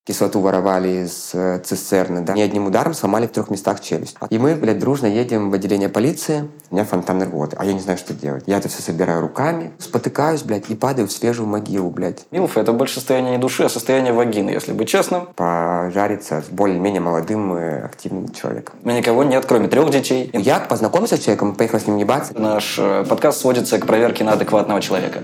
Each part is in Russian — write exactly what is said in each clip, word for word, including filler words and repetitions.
кислоту воровали из э, цистерны, да, и одним ударом сломали в трех местах челюсть. И мы, блядь, дружно едем в отделение полиции, у меня фонтан рвоты, а я не знаю, что делать. Я это все собираю руками, спотыкаюсь, блядь, и падаю в свежую могилу, блядь. Милф — это больше состояние не души, а состояние вагины, если быть честным. Пожариться с более-менее молодым и активным человеком. У меня никого нет, кроме трех детей. Я познакомился с человеком, поехал с ним ебаться. Наш э, подкаст сводится к проверке на адекватного человека.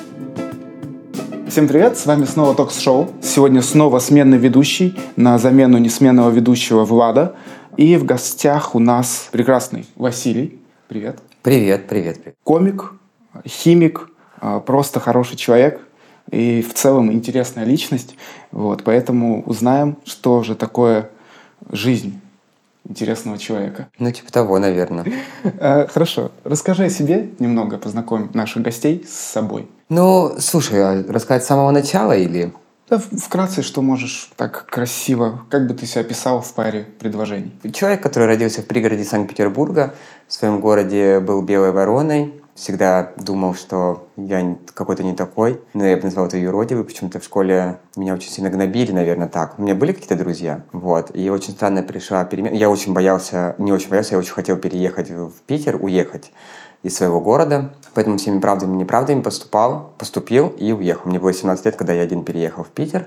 Всем привет, с вами снова Токс-шоу. Сегодня снова сменный ведущий на замену несменного ведущего Влада. И в гостях у нас прекрасный Василий. Привет. Привет, привет, привет. Комик, химик, просто хороший человек и в целом интересная личность. Вот, поэтому узнаем, что же такое жизнь интересного человека. Ну, типа того, наверное. Хорошо. Расскажи о себе немного, познакомь наших гостей с собой. Ну, слушай, а рассказать с самого начала или... Да, вкратце, что можешь так красиво, как бы ты себя описал в паре предложений? Человек, который родился в пригороде Санкт-Петербурга, в своем городе был белой вороной, всегда думал, что я какой-то не такой, но я бы назвал это юродивый, почему-то в школе меня очень сильно гнобили, наверное, так. У меня были какие-то друзья, вот, и очень странно пришла перемена. Я очень боялся, не очень боялся, я очень хотел переехать в Питер, уехать из своего города, поэтому всеми правдами и неправдами поступал, поступил и уехал. Мне было семнадцать лет, когда я один переехал в Питер,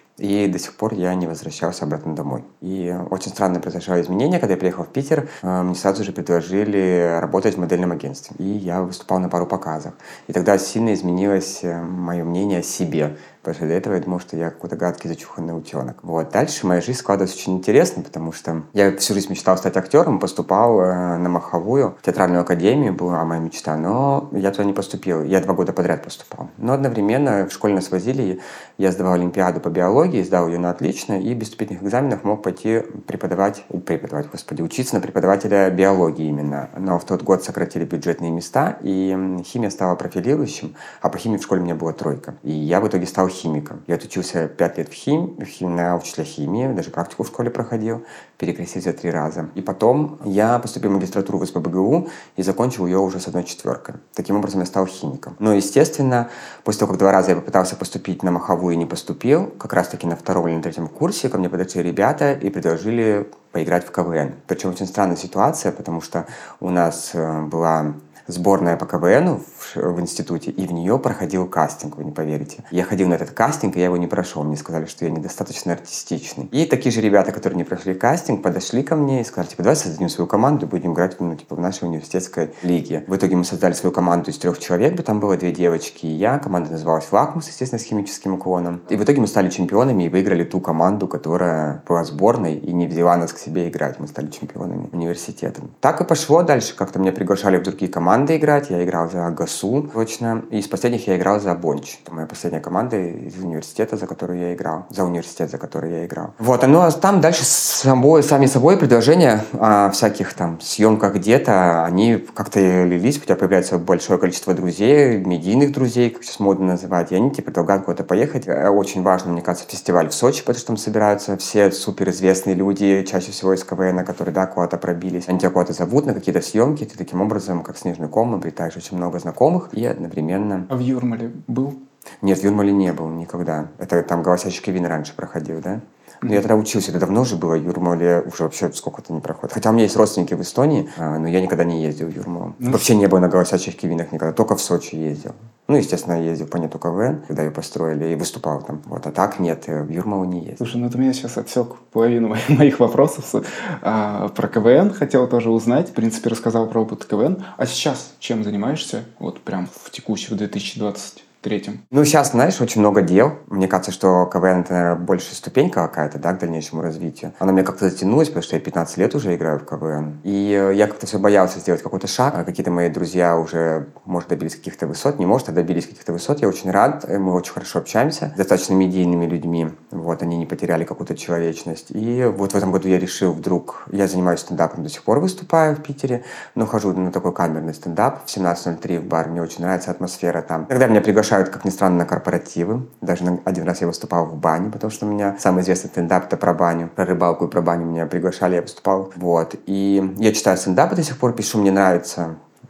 и до сих пор я не возвращался обратно домой. И очень странно произошло изменение, когда я приехал в Питер, мне сразу же предложили работать в модельном агентстве, и я выступал на пару показах. И тогда сильно изменилось мое мнение о себе, потому что до этого я думал, что я какой-то гадкий, зачуханный утенок. Вот. Дальше моя жизнь складывалась очень интересно, потому что я всю жизнь мечтал стать актером, поступал э, на Маховую, в театральную академию, была моя мечта, но я туда не поступил. Я два года подряд поступал. Но одновременно в школе нас возили, я сдавал олимпиаду по биологии, сдал ее на отлично, и без вступительных экзаменов мог пойти преподавать, преподавать, господи, учиться на преподавателя биологии именно. Но в тот год сократили бюджетные места, и химия стала профилирующим, а по химии в школе у меня была тройка. И я в итоге стал химиком. Я отучился пять лет в химии, в хим... на учителя химии, даже практику в школе проходил, перекрестился три раза. И потом я поступил в магистратуру в эс пэ бэ гэ у и закончил ее уже с одной четверкой. Таким образом я стал химиком. Но, естественно, после того, как два раза я попытался поступить на Маховую и не поступил, как раз-таки на втором или на третьем курсе ко мне подошли ребята и предложили поиграть в ка вэ эн. Причем очень странная ситуация, потому что у нас была сборная по ка вэ эну в, в институте, и в нее проходил кастинг, вы не поверите. Я ходил на этот кастинг, и я его не прошел. Мне сказали, что я недостаточно артистичный. И такие же ребята, которые не прошли кастинг, подошли ко мне и сказали, типа, давай создадим свою команду и будем играть, ну, типа, в нашей университетской лиге. В итоге мы создали свою команду из трех человек, там было две девочки и я. Команда называлась «Лакмус», естественно, с химическим уклоном. И в итоге мы стали чемпионами и выиграли ту команду, которая была сборной и не взяла нас к себе играть. Мы стали чемпионами университета. Так и пошло дальше. Как-то меня приглашали в другие команды играть. Я играл за ГАСУ, точно. И из последних я играл за Бонч. Это моя последняя команда из университета, за которую я играл. За университет, за который я играл. Вот. Ну, а там дальше собой, сами собой предложения о всяких там съемках где-то, они как-то лились. У тебя появляется большое количество друзей, медийных друзей, как сейчас модно называть. И они тебе предлагают куда-то поехать. Очень важно, мне кажется, фестиваль в Сочи, потому что там собираются все суперизвестные люди, чаще всего из ка вэ эна, которые, да, куда-то пробились. Они тебя куда-то зовут на какие-то съемки. Ты таким образом, как снежный ком, обретаешь очень много знакомых и одновременно... А в Юрмале был? Нет, в Юрмале не был никогда. Это там «Голосящий Кевин» раньше проходил, да? Но я тогда учился, это давно уже было, в Юрмале уже вообще сколько-то не проходит. Хотя у меня есть родственники в Эстонии, но я никогда не ездил в Юрмалу. Mm-hmm. Вообще не был на «Голосящих Кевинах» никогда, только в Сочи ездил. Ну, естественно, я ездил по нету ка вэ эн, когда ее построили, и выступал там. Вот. А так нет, в Юрмалу не ездил. Слушай, ну ты меня сейчас отсек половину моих вопросов. А, про ка вэ эн хотел тоже узнать. В принципе, рассказал про опыт ка вэ эн. А сейчас чем занимаешься? Вот прям в текущем две тысячи двадцать третьем. Ну, сейчас, знаешь, очень много дел. Мне кажется, что ка вэ эн — это, наверное, больше ступенька какая-то, да, к дальнейшему развитию. Она мне как-то затянулась, потому что я пятнадцать лет уже играю в ка вэ эн. И я как-то все боялся сделать какой-то шаг. А какие-то мои друзья уже, может, добились каких-то высот, не может, а добились каких-то высот. Я очень рад. Мы очень хорошо общаемся с достаточно медийными людьми. Вот, они не потеряли какую-то человечность. И вот в этом году я решил вдруг... Я занимаюсь стендапом, до сих пор выступаю в Питере, но хожу на такой камерный стендап в семнадцать ноль три в бар. Мне очень нравится атмосфера там. Иногда меня приглашают, как ни странно, на корпоративы. Даже на один раз я выступал в бане, потому что у меня самый известный стендап — это про баню. Про рыбалку и про баню меня приглашали, я выступал. Вот. И я читаю стендапы до сих пор, пишу, мне нравится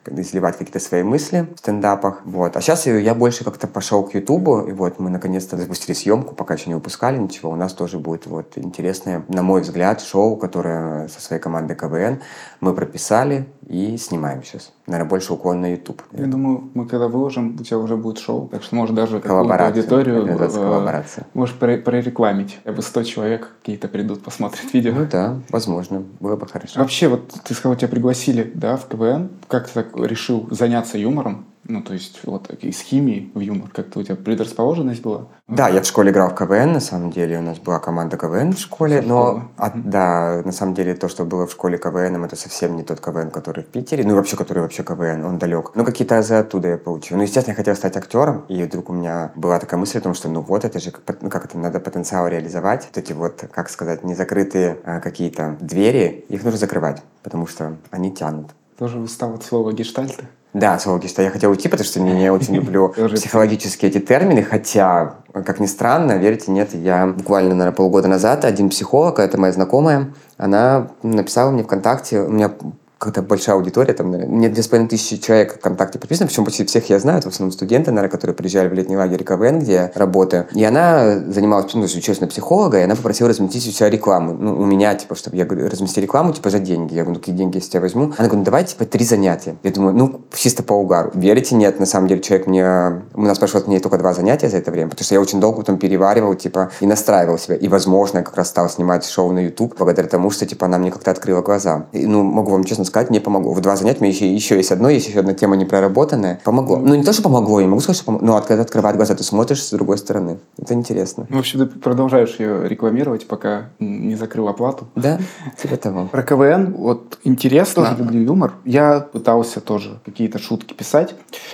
изливать какие-то свои мысли в стендапах. Вот. А сейчас я больше как-то пошел к Ютубу, и вот мы наконец-то запустили съемку, пока еще не выпускали ничего. У нас тоже будет вот интересное, на мой взгляд, шоу, которое со своей командой КВН мы прописали и снимаем сейчас. Наверное, больше уклон на YouTube. Я думаю, мы когда выложим, у тебя уже будет шоу, так что может даже какую-то Коллаборация. аудиторию Коллаборация. можешь прорекламить. Я бы сто человек какие-то придут, посмотрят видео. Ну да, возможно, было бы хорошо. Вообще, вот ты сказал, тебя пригласили, да, в КВН. Как ты так решил заняться юмором? Ну, то есть, вот из химии в юмор. Как-то у тебя предрасположенность была? Да, я в школе играл в КВН, на самом деле. У нас была команда КВН в школе. Но, от, да, на самом деле, то, что было в школе КВН, это совсем не тот КВН, который в Питере. Ну, вообще, который вообще КВН, он далек. Но какие-то азы оттуда я получил. Ну, естественно, я хотел стать актером. И вдруг у меня была такая мысль о том, что, ну, вот, это же, ну, как это, надо потенциал реализовать. Вот эти вот, как сказать, незакрытые а, какие-то двери, их нужно закрывать, потому что они тянут. Тоже устал от слова гештальта? Да, слово гештальт я хотел уйти, потому что не, не очень люблю психологические эти термины, хотя, как ни странно, верите, нет, я буквально, наверное, полгода назад один психолог, это моя знакомая, она написала мне ВКонтакте, у меня какая-то большая аудитория, там, нет, две с половиной тысячи человек ВКонтакте подписано, причем почти всех я знаю, это в основном студенты, наверное, которые приезжали в летний лагерь КВН, где я работаю. И она занималась, ну, училась на психолога, и она попросила разместить у себя рекламу. Ну, у меня, типа, чтобы я говорю, размести рекламу, типа, за деньги. Я говорю, ну, какие деньги я с тебя возьму? Она говорит, ну, давай, типа, три занятия. Я думаю, ну, чисто по угару. Верите, нет, на самом деле, человек мне... У нас прошло от меня только два занятия за это время, потому что я очень долго потом переваривал, типа, и настраивал себя. И, возможно, я как раз стал снимать шоу на YouTube благодаря тому, что, типа, она мне как-то открыла глаза. И, ну, могу вам честно сказать, мне помогло. В два занятия, мне еще, еще есть одно, есть еще одна тема непроработанная. Помогло. Ну, не то, что помогло, я не могу сказать, что помогло, но когда открывает глаза, ты смотришь с другой стороны. Это интересно. Ну, в общем, ты продолжаешь ее рекламировать, пока не закрыл оплату. Да, типа того. Про КВН, вот интересно, тоже люблю юмор. Я пытался тоже какие-то шутки писать,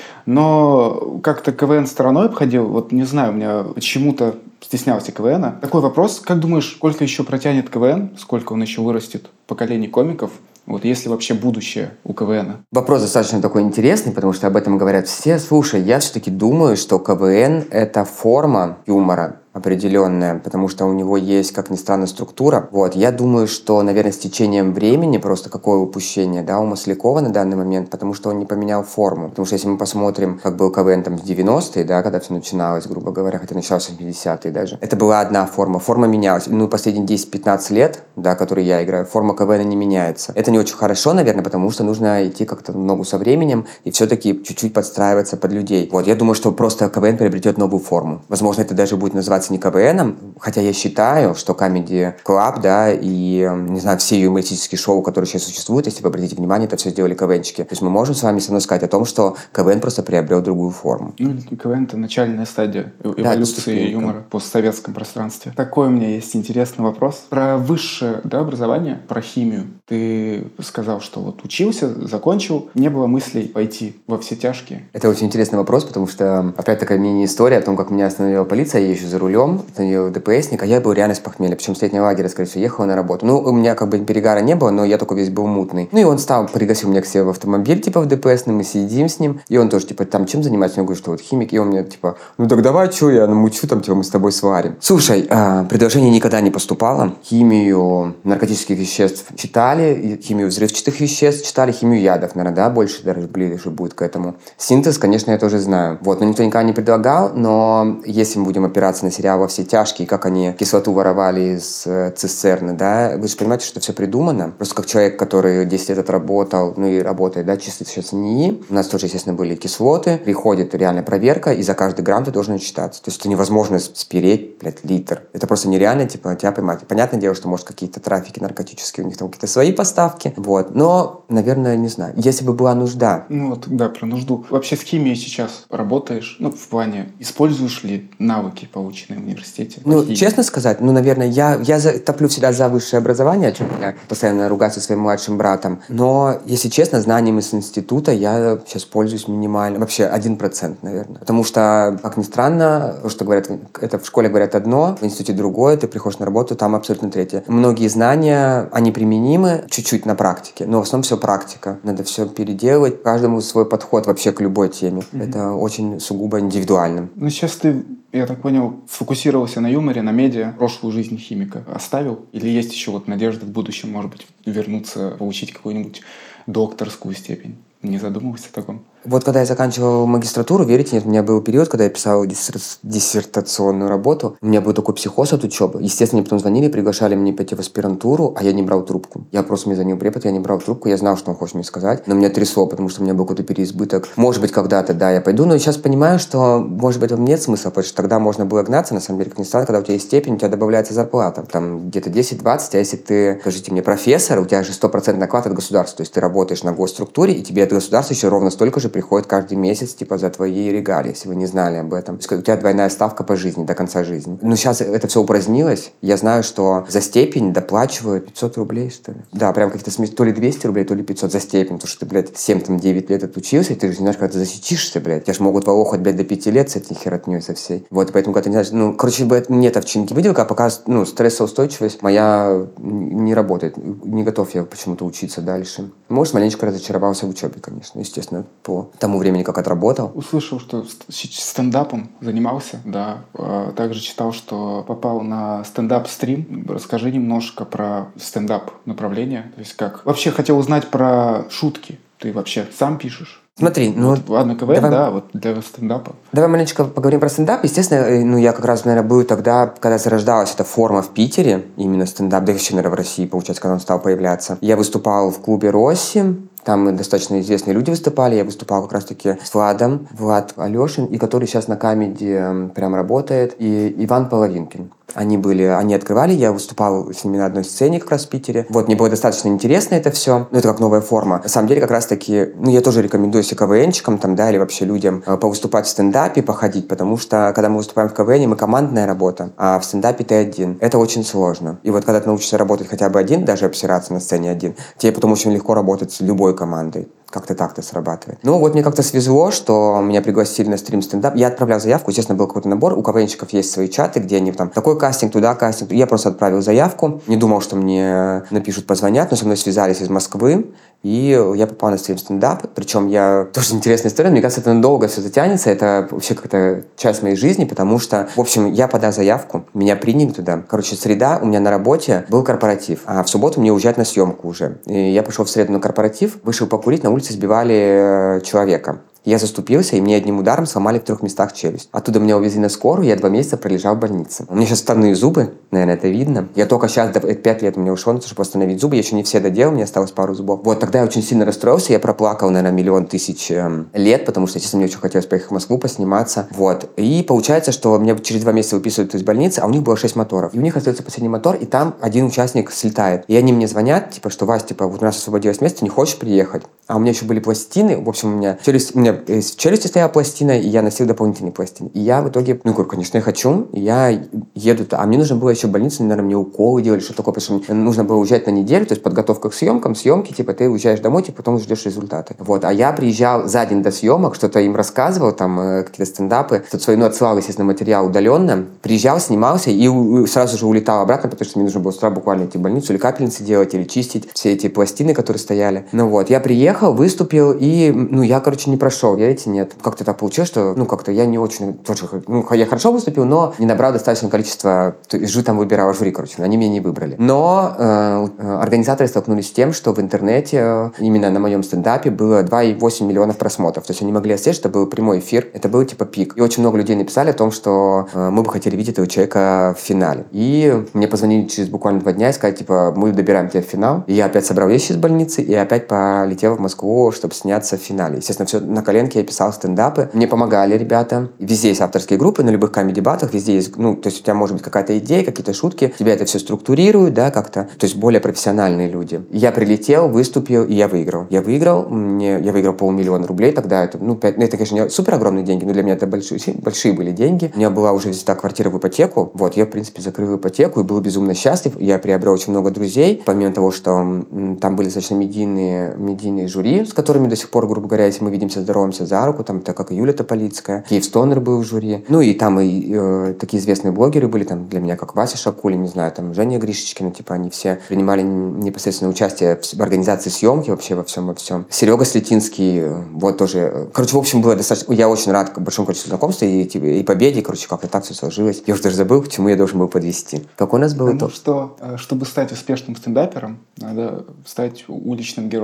но как-то КВН стороной обходил. Вот не знаю, у меня почему-то стеснялся КВНа. Такой вопрос, как думаешь, сколько еще протянет КВН, сколько он еще вырастет поколений комиков? Вот если вообще будущее у КВНа? Вопрос достаточно такой интересный, потому что об этом говорят все. Слушай, я все-таки думаю, что КВН – это форма юмора определенная, потому что у него есть, как ни странно, структура. Вот, я думаю, что, наверное, с течением времени просто какое упущение, да, у Маслякова на данный момент, потому что он не поменял форму. Потому что если мы посмотрим, как был КВН там в девяностые, да, когда все начиналось, грубо говоря, хотя началось в пятидесятые даже, это была одна форма. Форма менялась. Ну, последние десять-пятнадцать лет, да, которые я играю, форма КВН не меняется. Это не очень хорошо, наверное, потому что нужно идти как-то в ногу со временем и все-таки чуть-чуть подстраиваться под людей. Вот, я думаю, что просто КВН приобретет новую форму. Возможно, это даже будет называться не КВНом, хотя я считаю, что Comedy Club, да, и, не знаю, все юмористические шоу, которые сейчас существуют, если вы обратите внимание, это все сделали КВНчики. То есть мы можем с вами со мной сказать о том, что КВН просто приобрел другую форму. Ну, КВН — это начальная стадия эволюции да, юмора в постсоветском пространстве. Такой у меня есть интересный вопрос. Про высшее, да, образование, про химию. Ты сказал, что вот учился, закончил, не было мыслей пойти во все тяжкие. Это очень интересный вопрос, потому что опять такая мини-история о том, как меня остановила полиция, я езжу за рулем, остановил ДПСник, а я был реально с похмелья, причем с летнего лагеря, скорее всего, ехал на работу. Ну, у меня как бы перегара не было, но я только весь был мутный. Ну, и он стал, пригласил меня к себе в автомобиль, типа, в ДПСный, мы сидим с ним, и он тоже, типа, там, чем занимается? Я говорю, что вот химик, и он мне, типа, ну, так давай, что я намучу, там, типа, мы с тобой сварим. Слушай, а, предложение никогда не поступало. Химию наркотических веществ читали, химию взрывчатых веществ читали, химию ядов, наверное, да, больше даже ближе будет к этому. Синтез, конечно, я тоже знаю. Вот, но никто никогда не предлагал, но если мы будем опираться на сериал «Во все тяжкие», как они кислоту воровали из э, цистерны, да, вы же понимаете, что это все придумано. Просто как человек, который десять лет отработал, ну и работает, да, чисто сейчас в НИИ, у нас тоже, естественно, были кислоты, приходит реальная проверка, и за каждый грамм ты должен отчитаться. То есть это невозможно спереть, блядь, литр. Это просто нереально, типа, тебя поймать. Понятное дело, что, может, какие-то трафики наркотические, у них там какие-то свои поставки, вот. Но, наверное, не знаю. Если бы была нужда. Ну вот, да, про нужду. Вообще с химией сейчас работаешь? Ну, в плане, используешь ли навыки, полученные в университете? Ну, Какие? честно сказать, ну, наверное, я, я за, топлю всегда за высшее образование, о чем я постоянно ругаюсь со своим младшим братом. Но, если честно, знанием из института я сейчас пользуюсь минимально. Вообще, один процент, наверное. Потому что, как ни странно, то, что говорят, это в школе говорят одно, в институте другое, ты приходишь на работу, там абсолютно третье. Многие знания, они применимы чуть-чуть на практике, но в основном все практика. Надо все переделывать, каждому свой подход вообще к любой теме. Mm-hmm. Это очень сугубо индивидуально. Ну, сейчас ты, я так понял, сфокусировался на юморе, на медиа, прошлую жизнь химика оставил? Или есть еще вот надежда в будущем, может быть, вернуться, получить какую-нибудь докторскую степень? Не задумывался о таком? Вот когда я заканчивал магистратуру, верите, нет, у меня был период, когда я писал диссер- диссертационную работу. У меня был такой психоз от учебы. Естественно, мне потом звонили, приглашали меня пойти в аспирантуру, а я не брал трубку. Я просто мне звонил препод, я не брал трубку, я знал, что он хочет мне сказать, но меня трясло, потому что у меня был какой-то переизбыток. Может быть, когда-то, да, я пойду, но сейчас понимаю, что, может быть, в этом нет смысла, потому что тогда можно было гнаться, на самом деле, как ни странно, когда у тебя есть степень, у тебя добавляется зарплата. Там где-то десять-двадцать, а если ты, скажите мне, профессор, у тебя же сто процентов наклад от государства, то есть ты работаешь на госструктуре, и тебе от государства еще ровно столько же приходит каждый месяц, типа, за твои регалии, если вы не знали об этом. То есть у тебя двойная ставка по жизни, до конца жизни. Но сейчас это все упразднилось. Я знаю, что за степень доплачивают пятьсот рублей, что ли. Да, прям какие-то смешные, то ли двести рублей, то ли пятьсот за степень, потому что ты, блядь, семь-девять лет отучился, и ты же не знаешь, когда ты засечишься, блядь. Тебя же могут волохать, блядь, до пяти лет с этой херотней со всей. Вот, поэтому, когда ты не знаешь, ну, короче, блядь, нет овчинки выделка, а пока, ну, стрессоустойчивость моя не работает. Не готов я почему-то учиться дальше. Может, маленечко разочаровался в учебе, конечно, естественно, по тому времени, как отработал. Услышал, что стендапом занимался, да. Также читал, что попал на стендап-стрим. Расскажи немножко про стендап направление. То есть как... Вообще хотел узнать про шутки. Ты вообще сам пишешь? Смотри, ну... Вот, ладно, КВН, давай, да, вот для стендапа. Давай маленечко поговорим про стендап. Естественно, ну, я как раз, наверное, был тогда, когда зарождалась эта форма в Питере, именно стендап, да и вообще, наверное, в России, получается, когда он стал появляться. Я выступал в клубе «Росси». Там достаточно известные люди выступали. Я выступал как раз-таки с Владом, Влад Алешин, и который сейчас на Камеди прям работает, и Иван Половинкин. Они были, они открывали, я выступал с ними на одной сцене как раз в Питере. Вот, мне было достаточно интересно это все. Ну, это как новая форма. На самом деле, как раз-таки, ну, я тоже рекомендую себе КВНчикам, там, да, или вообще людям э, повыступать в стендапе, походить, потому что, когда мы выступаем в КВНе, мы командная работа, а в стендапе ты один. Это очень сложно. И вот, когда ты научишься работать хотя бы один, даже обсираться на сцене один, тебе потом очень легко работать с любой командой. Как-то так-то срабатывает. Ну, вот мне как-то свезло, что меня пригласили на стрим стендап. Я отправлял заявку, естественно, был какой-то набор. У КВНщиков есть свои чаты, где они там такой кастинг, туда кастинг. Я просто отправил заявку. Не думал, что мне напишут, позвонят, но со мной связались из Москвы. И я попал на стрим стендап. Причем я... Тоже интересная история. Мне кажется, это надолго все затянется. Это вообще какая-то часть моей жизни, потому что, в общем, я подал заявку, меня приняли туда. Короче, среда, у меня на работе был корпоратив, а в субботу мне уезжать на съемку уже. И я пошел в среду на корпоратив, вышел покурить, на улице сбивали человека. Я заступился, и мне одним ударом сломали в трех местах челюсть. Оттуда меня увезли на скорую, я два месяца пролежал в больнице. У меня сейчас вставные зубы, наверное, это видно. Я только сейчас, пять лет у меня ушло, чтобы восстановить зубы, я еще не все доделал, мне осталось пару зубов. Вот, тогда я очень сильно расстроился, я проплакал, наверное, миллион тысяч э, лет, потому что, естественно, мне очень хотелось поехать в Москву, посниматься. Вот. И получается, что меня через два месяца выписывают из больницы, а у них было шесть моторов. И у них остается последний мотор, и там один участник слетает. И они мне звонят, типа, что, Вась, типа, вот у нас освободилось место, не хочешь приехать? А у меня еще были пластины, в общем, у меня челюсть, у меня в челюсти стояла пластина, и я носил дополнительные пластины. И я в итоге, ну, говорю, конечно, я хочу, и я еду, а мне нужно было еще в больницу, наверное, мне уколы делали, что такое, потому что мне нужно было уезжать на неделю, то есть подготовка к съемкам, съемки, типа, ты уезжаешь домой, типа, потом ждешь результаты. Вот, а я приезжал за день до съемок, что-то им рассказывал, там, какие-то стендапы, что-то свой, ну, отсылал, естественно, материал удаленно, приезжал, снимался и сразу же улетал обратно, потому что мне нужно было с утра буквально идти в больницу, или капельницы делать, или чистить все эти пластины, которые стояли. Ну вот, я приехал, выступил, и, ну, я, короче, не прошел, верите, нет. Как-то так получилось, что, ну, как-то я не очень, тоже, ну, я хорошо выступил, но не набрал достаточное количество, жю там выбирала жюри, короче, они меня не выбрали. Но э, организаторы столкнулись с тем, что в интернете, именно на моем стендапе, было два и восемь миллионов просмотров. То есть они могли отследить, что был прямой эфир, это был типа пик. И очень много людей написали о том, что э, мы бы хотели видеть этого человека в финале. И мне позвонили через буквально два дня и сказали, типа, мы добираем тебя в финал. И я опять собрал вещи из больницы и опять полетел в Москву, чтобы сняться в финале. Естественно, все на коленке я писал стендапы. Мне помогали ребята. Везде есть авторские группы, на любых комеди-батах, везде есть, ну, то есть у тебя может быть какая-то идея, какие-то шутки, тебя это все структурируют, да, как-то, то есть более профессиональные люди. Я прилетел, выступил, и я выиграл. Я выиграл, мне, я выиграл полмиллиона рублей, тогда это, ну, пять, ну, это, конечно, не супер огромные деньги, но для меня это большие, большие были деньги. У меня была уже взята квартира в ипотеку, вот, я, в принципе, закрыл ипотеку и был безумно счастлив. Я приобрел очень много друзей, помимо того, что м, там были достаточно медийные, медийные жюри, с которыми до сих пор, грубо говоря, если мы видимся, здороваемся за руку, там, так как и Юля Тополицкая, Киевстонер был в жюри, ну, и там и э, такие известные блогеры были, там, для меня, как Вася Шакулин, не знаю, там, Женя Гришечкина, типа, они все принимали непосредственно участие в организации съемки, вообще во всем, во всем. Серега Слетинский, вот тоже, короче, в общем, было достаточно, я очень рад к большому количеству знакомств и, и победе, короче, как-то так все сложилось. Я уже даже забыл, к чему я должен был подвести. Как у нас было Потому то? что, чтобы стать успешным стендапером, надо стать уличным героем.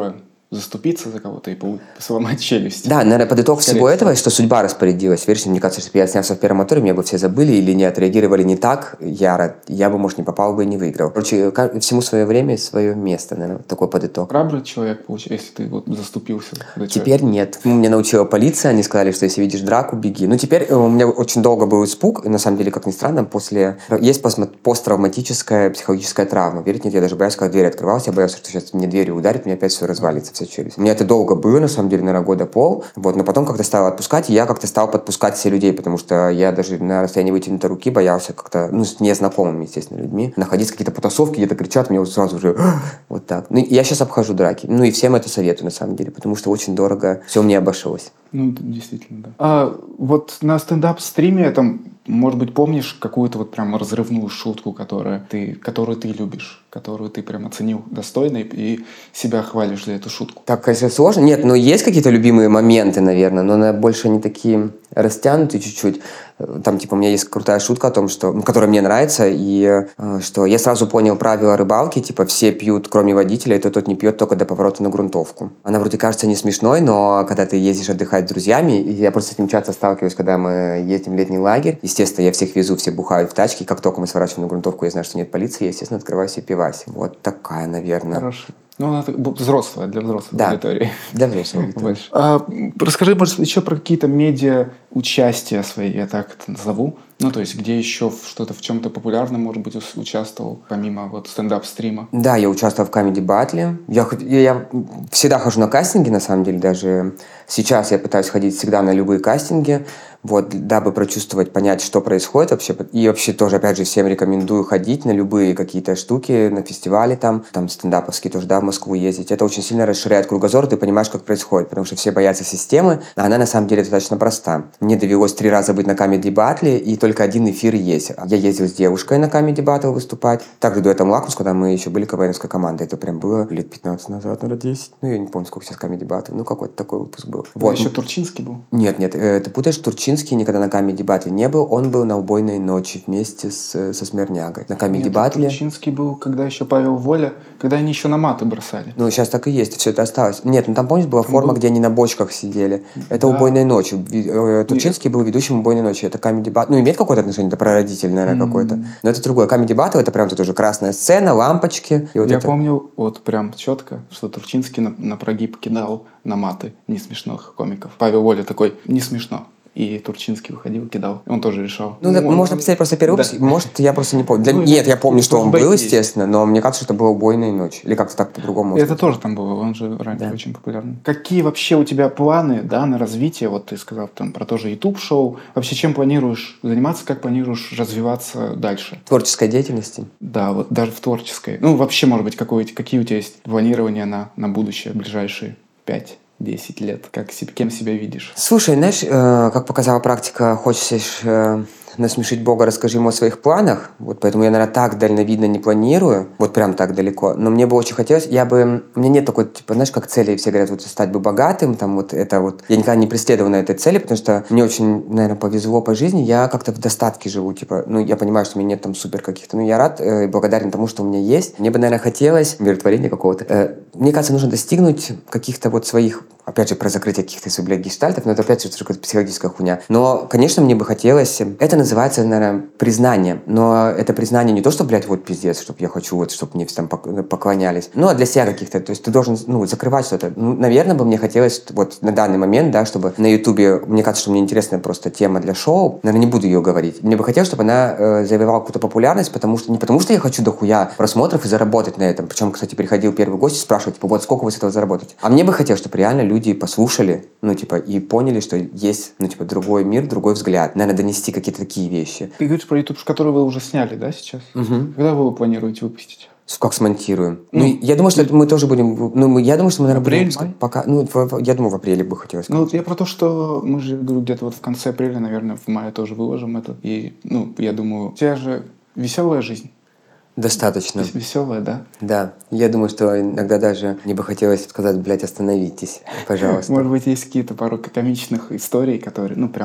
заступиться за кого-то и пол- сломать челюсть. Да, наверное, под итог Скорее всего всего. этого, что судьба распорядилась. Веришь, мне кажется, что я снялся в первом моторе, меня бы все забыли или не отреагировали не так яро, я бы, может, не попал бы и не выиграл. Короче, ка- всему свое время и свое место, наверное, такой под итог. Храбрый человек, получается, если ты вот заступился за человека. Теперь нет. Ну, меня научила полиция, они сказали, что если видишь драку, беги. Ну, теперь э, у меня очень долго был испуг, и на самом деле, как ни странно, после... Есть постма- посттравматическая психологическая травма. Верите, нет, я даже боялся, когда дверь открывалась, я боялся, что сейчас мне дверью ударит, мне опять все развалится, вся челюсть. У меня это долго было, на самом деле, наверное, года пол, вот, но потом как-то стало отпускать, и я как-то стал подпускать все людей, потому что я даже на расстоянии вытянутой руки боялся как-то, ну, с незнакомыми, естественно, людьми, находиться в какие-то потасовки, где-то кричат, мне вот сразу же вот так. Ну, я сейчас обхожу драки. Ну, и всем это советую, на самом деле, потому что очень дорого все мне обошлось. Ну, д- действительно, да. А вот на стендап-стриме, там, может быть, помнишь какую-то вот прям разрывную шутку, которая ты, которую ты любишь, которую ты прям оценил достойной и себя хвалишь за эту шутку? Так, конечно, сложно. Нет, но есть какие-то любимые моменты, наверное, но на- больше они такие растянутые чуть-чуть. Э, Там, типа, у меня есть крутая шутка о том, что, ну, которая мне нравится, и э, что я сразу понял правила рыбалки, типа, все пьют, кроме водителя, и тот, тот не пьет только до поворота на грунтовку. Она вроде кажется не смешной, но когда ты ездишь отдыхать с друзьями, и я просто с этим часто сталкиваюсь, когда мы едем в летний лагерь, естественно, я всех везу, все бухают в тачке, и как только мы сворачиваем на грунтовку, я знаю, что нет полиции, я, естественно, открываю себе пиваси. Вот такая, наверное. Хорошо. Ну, она так- бу- взрослая, для взрослой Да. аудитории. Да, взрослая аудитория. Больше. А, м, расскажи, может, еще про какие-то медиа участия свои, я так это назову. Ну, то есть, где еще в- что-то в чем-то популярном, может быть, ус- участвовал, помимо вот стендап-стрима. Да, я участвовал в Comedy Battle. Я, хоть- я, я всегда хожу на кастинги, на самом деле, даже сейчас я пытаюсь ходить всегда на любые кастинги, вот, дабы прочувствовать, понять, что происходит вообще. И вообще тоже, опять же, всем рекомендую ходить на любые какие-то штуки, на фестивали там, там стендаповские тоже, да, в Москву ездить. Это очень сильно расширяет кругозор, ты понимаешь, как происходит, потому что все боятся системы, а она на самом деле достаточно проста. Мне довелось три раза быть на Comedy Battle, и только один эфир есть. Я ездил с девушкой на Comedy Battle выступать, также дуэтом Лакус, когда мы еще были КВНовской командой. Это прям было лет пятнадцать назад, наверное, десять. Ну, я не помню, сколько сейчас Comedy Battle. Ну, какой-то такой выпуск был. Вот. Еще Турчинский был. Нет, нет, э, ты путаешь, Турчинский никогда на Comedy Battle не был, он был на «Убойной ночи» вместе с, э, со Смирнягой. На Comedy Нет, Battle... Турчинский был, когда еще Павел Воля, когда они еще на маты бросали. Ну, сейчас так и есть, все это осталось. Нет, ну там, помнишь, была Там форма, был- где они на бочках сидели. Это Да. «Убойной ночи». Ви- э, Турчинский был ведущим «Убойной ночи». Это Comedy Battle. Ну, имеет какое-то отношение, это прародитель, наверное, какой-то. Но это другое. Comedy Battle — это прям тут уже красная сцена, лампочки. И вот Я это... помню вот прям четко, что Турчинский на, на прогиб кидал на маты несмешных комиков. Павел Воля такой, не смешно. И Турчинский выходил, кидал. Он тоже решал. Ну, да, он- можно он- посмотреть просто первый выпуск. Да. Может, я просто не помню. Для- Ну, Нет, я помню, что он флешбеки был, есть. естественно, но мне кажется, что это была «Убойная ночь». Или как-то так по-другому. Это тоже там было, он же раньше Да. очень популярный. Какие вообще у тебя планы, да, на развитие? Вот ты сказал там про тоже YouTube-шоу. Вообще чем планируешь заниматься, как планируешь развиваться дальше? Творческой деятельности. Да, вот даже в творческой. Ну, вообще, может быть, какое, какие у тебя есть планирования на, на будущее, ближайшие пять-десять лет? Как, се- кем себя видишь? Слушай, знаешь, э, как показала практика, хочешь э, насмешить Бога, расскажи ему о своих планах. Вот поэтому я, наверное, так дальновидно не планирую, вот прям так далеко. Но мне бы очень хотелось, я бы, у меня нет такой, типа, знаешь, как цели, все говорят, вот стать бы богатым, там вот это вот. Я никогда не преследовал на этой цели, потому что мне очень, наверное, повезло по жизни, я как-то в достатке живу, типа, ну, я понимаю, что у меня нет там супер каких-то, ну, я рад э, и благодарен тому, что у меня есть. Мне бы, наверное, хотелось умиротворения какого-то. Э, мне кажется, нужно достигнуть каких-то вот своих, опять же, про закрытие каких-то своих, блядь, гештальтов, но это опять же какая-то психологическая хуйня. Но, конечно, мне бы хотелось... Это называется, наверное, признание. Но это признание не то, что, блядь, вот пиздец, чтобы я хочу, вот, чтобы мне все там пок- поклонялись. Ну, а для себя каких-то. То есть ты должен, ну, закрывать что-то. Ну, наверное, бы мне хотелось вот на данный момент, да, чтобы на Ютубе... Мне кажется, что мне интересная просто тема для шоу. Наверное, не буду ее говорить. Мне бы хотелось, чтобы она э, завоевала какую-то популярность, потому что... Не потому что я хочу дохуя просмотров и заработать на этом. Причем, кстати, приходил первый гость и спрашивал, типа, вот сколько вы с этого заработаете? А мне бы хотелось, чтобы реально люди послушали, ну, типа, и поняли, что есть, ну, типа, другой мир, другой взгляд. Наверное, донести какие-то такие вещи. Ты говоришь про YouTube, который вы уже сняли, да, сейчас? Угу. Когда вы его планируете выпустить? Как смонтируем. Ну, Ну, я думаю, что это мы тоже будем... Ну, мы- я думаю, что мы, наверное, Апрель, будем выпускать май? пока... Ну, в- в- я думаю, в апреле бы хотелось. Ну, вот я про то, что мы же, говорю, где-то вот в конце апреля, наверное, в мае тоже выложим это. И, ну, я думаю, у тебя же веселая жизнь. Достаточно. Вес- Веселая, да? Да. Я думаю, что иногда даже мне бы хотелось сказать, блядь, остановитесь, пожалуйста. Может быть, есть какие-то пару комичных историй, которые, ну, прям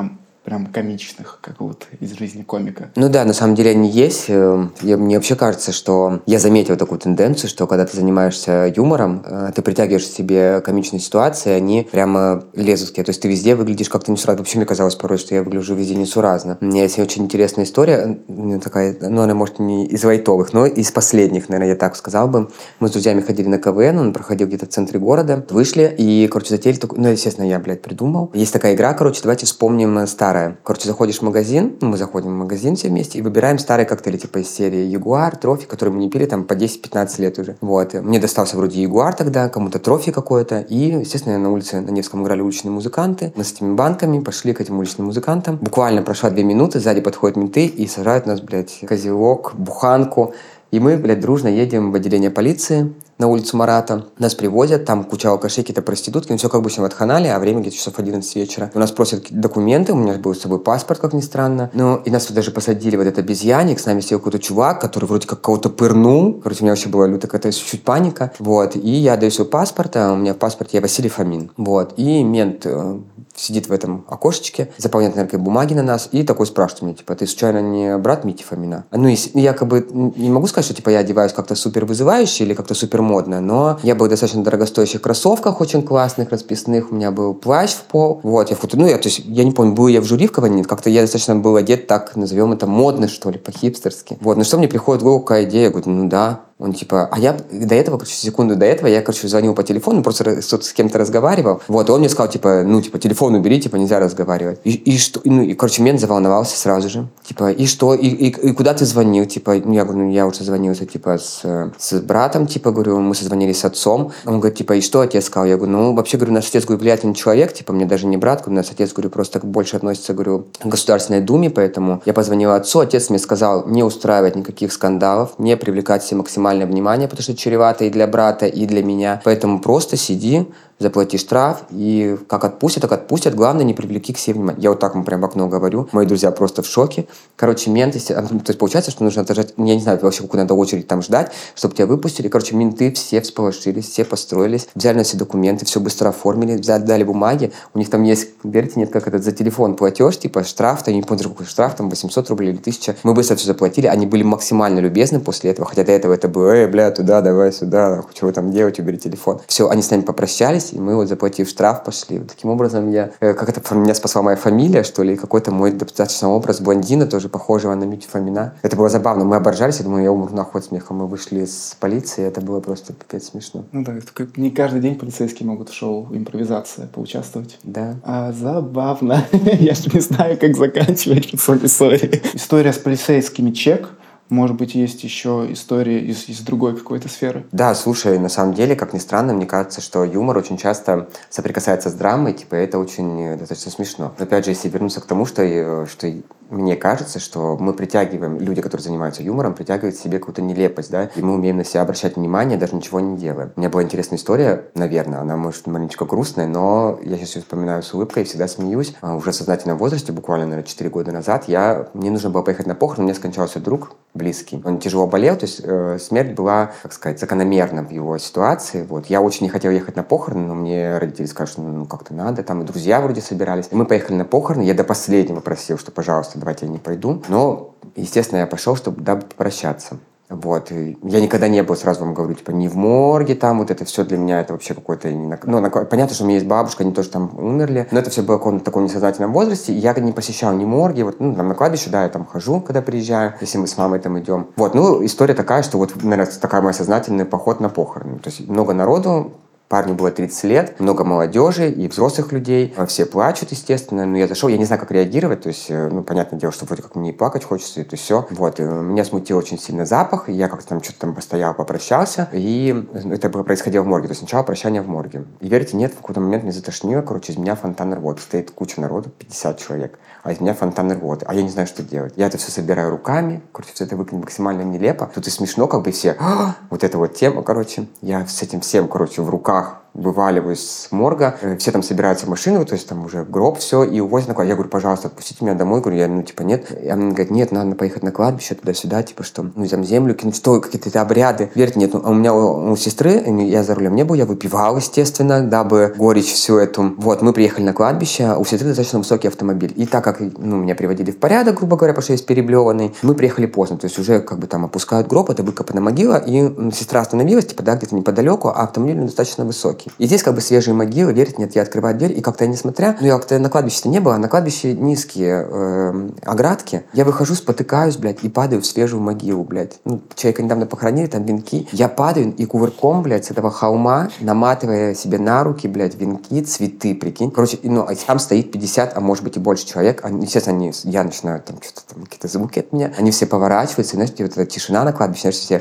прям комичных, как вот из жизни комика. Ну да, на самом деле они есть. Я, мне вообще кажется, что я заметил такую тенденцию, что когда ты занимаешься юмором, ты притягиваешь к себе комичные ситуации, они прямо лезут к тебе. То есть ты везде выглядишь как-то несуразно. Вообще мне казалось порой, что я выгляжу везде несуразно. У меня есть очень интересная история, такая, ну она может не из лайтовых, но из последних, наверное, я так сказал бы. Мы с друзьями ходили на КВН, он проходил где-то в центре города, вышли и, короче, затеяли такой, ну, естественно, я, блядь, придумал. Есть такая игра, короче, давайте вспомним старое. Короче, заходишь в магазин, ну, мы заходим в магазин все вместе и выбираем старые коктейли, типа из серии Ягуар, Трофи, которые мы не пили там по десять-пятнадцать лет уже. Вот. Мне достался вроде Ягуар тогда, кому-то Трофи какое-то. И, естественно, на улице на Невском играли уличные музыканты. Мы с этими банками пошли к этим уличным музыкантам. Буквально прошла две минуты, сзади подходят менты и сажают нас, блядь, козелок, буханку. И мы, блядь, дружно едем в отделение полиции на улицу Марата. Нас привозят, там куча алкашей, какие-то проститутки, ну все как бы все в отханале, а время где-то часов одиннадцать вечера. У нас просят документы, у меня был с собой паспорт, как ни странно. Ну, и нас вот даже посадили в этот обезьянник, с нами сидел какой-то чувак, который вроде как кого-то пырнул. Короче, у меня вообще была лютая какая-то чуть-чуть паника. Вот, и я даю свой паспорт, а у меня в паспорте я Василий Фомин. Вот, и мент сидит в этом окошечке, заполняет, наверное, бумаги на нас и такой спрашивает меня, типа, ты случайно не брат Мити Фомина? Ну, и я как бы не могу сказать, что, типа, я одеваюсь как-то супер вызывающе или как-то супер модно, но я был в достаточно дорогостоящих кроссовках, очень классных, расписных, у меня был плащ в пол, вот, я фото, ну, я, то есть, я не помню, был я в жюри в КВН, как-то я достаточно был одет так, назовем это, модно, что ли, по-хипстерски. Вот, ну, что мне приходит в голову, какая идея? Я говорю, ну, да. Он типа, а я до этого, короче, секунду до этого, я, короче, звонил по телефону, просто с кем-то разговаривал. Вот, и он мне сказал, типа, ну, типа, телефон убери, типа, нельзя разговаривать. И, и что, и, ну, и, короче, мент заволновался сразу же. Типа, и что, и, и, и куда ты звонил? Типа, ну, я говорю, ну, я уже созвонился, типа, с, с братом, типа, говорю, мы созвонились с отцом. Он говорит, типа, и что отец сказал? Я говорю, ну, вообще, говорю, наш отец, говорю, влиятельный человек, типа, мне даже не брат, говорю, наш отец, говорю, просто больше относится, говорю, к Государственной Думе, поэтому я позвонил отцу, отец мне сказал не устраивать никаких скандалов, не привлекать все максимальное внимание, потому что чревато и для брата, и для меня. Поэтому просто сиди, заплати штраф, и как отпустят, так отпустят. Главное, не привлеки к себе внимания. Я вот так ему прям в окно говорю. Мои друзья просто в шоке. Короче, менты... То есть получается, что нужно отжать... Я не знаю вообще, какую надо очередь там ждать, чтобы тебя выпустили. Короче, менты все всполошились, все построились, взяли на все документы, все быстро оформили, взяли, дали бумаги. У них там есть, верите, нет, как этот за телефон платеж, типа штраф, там, не помню, какой штраф, там восемьсот рублей или тысяча. Мы быстро все заплатили. Они были максимально любезны после этого, хотя до этого это было, эй, бля, туда, давай сюда, что вы там делаете, убери телефон. Все, они с нами попрощались, и мы вот, заплатив штраф, пошли. Вот таким образом я... Как это меня спасла моя фамилия, что ли, и какой-то мой достаточно образ блондина, тоже похожего на Митю Фомина. Это было забавно. Мы оборжались, я думаю, я умру нахуй от смеха. Мы вышли с полиции, это было просто пипец смешно. Ну да, это не каждый день полицейские могут в шоу «Импровизация» поучаствовать. Да. А, забавно. Я же не знаю, как заканчивать истории. История с полицейскими чек. Может быть, есть еще истории из, из другой какой-то сферы? Да, слушай, на самом деле, как ни странно, мне кажется, что юмор очень часто соприкасается с драмой, типа, это очень достаточно смешно. Но, опять же, если вернуться к тому, что, что мне кажется, что мы притягиваем, люди, которые занимаются юмором, притягивают к себе какую-то нелепость, да, и мы умеем на себя обращать внимание, даже ничего не делая. У меня была интересная история, наверное, она, может, маленечко грустная, но я сейчас ее вспоминаю с улыбкой и всегда смеюсь. Уже в сознательном возрасте, буквально, наверное, четыре года назад, я, мне нужно было поехать на похороны, у меня скончался друг близкий. Он тяжело болел, то есть э, смерть была, как сказать, закономерна в его ситуации. Вот. Я очень не хотел ехать на похороны, но мне родители сказали, что ну, как-то надо, там и друзья вроде собирались. И мы поехали на похороны, я до последнего просил, что, пожалуйста, давайте я не пойду. Но, естественно, я пошел, чтобы дабы попрощаться. Вот. И я никогда не был, сразу вам говорю, типа, не в морге там, вот это все для меня, это вообще какое-то... Ну, на... понятно, что у меня есть бабушка, они тоже там умерли, но это все было в каком-то таком несознательном возрасте, и я не посещал ни морги, вот, ну, там на кладбище, да, я там хожу, когда приезжаю, если мы с мамой там идем. Вот, ну, история такая, что вот, наверное, такая мой сознательный поход на похороны. То есть много народу, парню было тридцать лет, много молодежи и взрослых людей. Все плачут, естественно. Но я зашел, я не знаю, как реагировать. То есть, ну, понятное дело, что вроде как мне и плакать хочется, и то все. Вот. И меня смутил очень сильно запах. И я как-то там что-то там постоял, попрощался. И это было, происходило в морге. То есть сначала прощание в морге. И верите, нет, в какой-то момент меня затошнило. Короче, из меня фонтан рвоты. Стоит куча народу, пятьдесят человек. А из меня фонтан рвоты. А я не знаю, что делать. Я это все собираю руками. Короче, все это выглядит максимально нелепо. Тут и смешно, как бы все. Вот эта вот тема, короче. Я с этим всем, короче, в руках вываливаюсь с морга, все там собираются в машину, то есть там уже гроб, все, и увозят на кладбище. Я говорю, пожалуйста, отпустите меня домой. Говорю, я, ну, типа, нет. И она говорит, нет, надо поехать на кладбище туда-сюда, типа, что, ну, там землю кинуть, что, какие-то обряды. Верьте, нет, ну, а у меня у, у сестры, я за рулем не был, я выпивал, естественно, дабы горечь всю эту. Вот, мы приехали на кладбище, у сестры достаточно высокий автомобиль. И так как, ну, меня приводили в порядок, грубо говоря, потому что есть переблеванный, мы приехали поздно, то есть уже, как бы, там опускают гроб, это выкопана могила, и сестра остановилась, типа, да, где-то неподалеку, а автомобиль достаточно высокий. И здесь, как бы, свежие могилы, верите, нет, я открываю дверь, и как-то несмотря, ну, я как-то на кладбище-то не было, на кладбище низкие э, оградки, я выхожу, спотыкаюсь, блядь, и падаю в свежую могилу, блядь. Ну, человека недавно похоронили, там венки. Я падаю и кувырком, блядь, с этого холма, наматывая себе на руки, блядь, венки, цветы, прикинь. Короче, ну, там стоит пятьдесят, а может быть и больше человек. Они, естественно, они, я начинаю там что-то, там, какие-то звуки от меня. Они все поворачиваются, и, знаешь, вот эта тишина на кладбище, знаешь, все...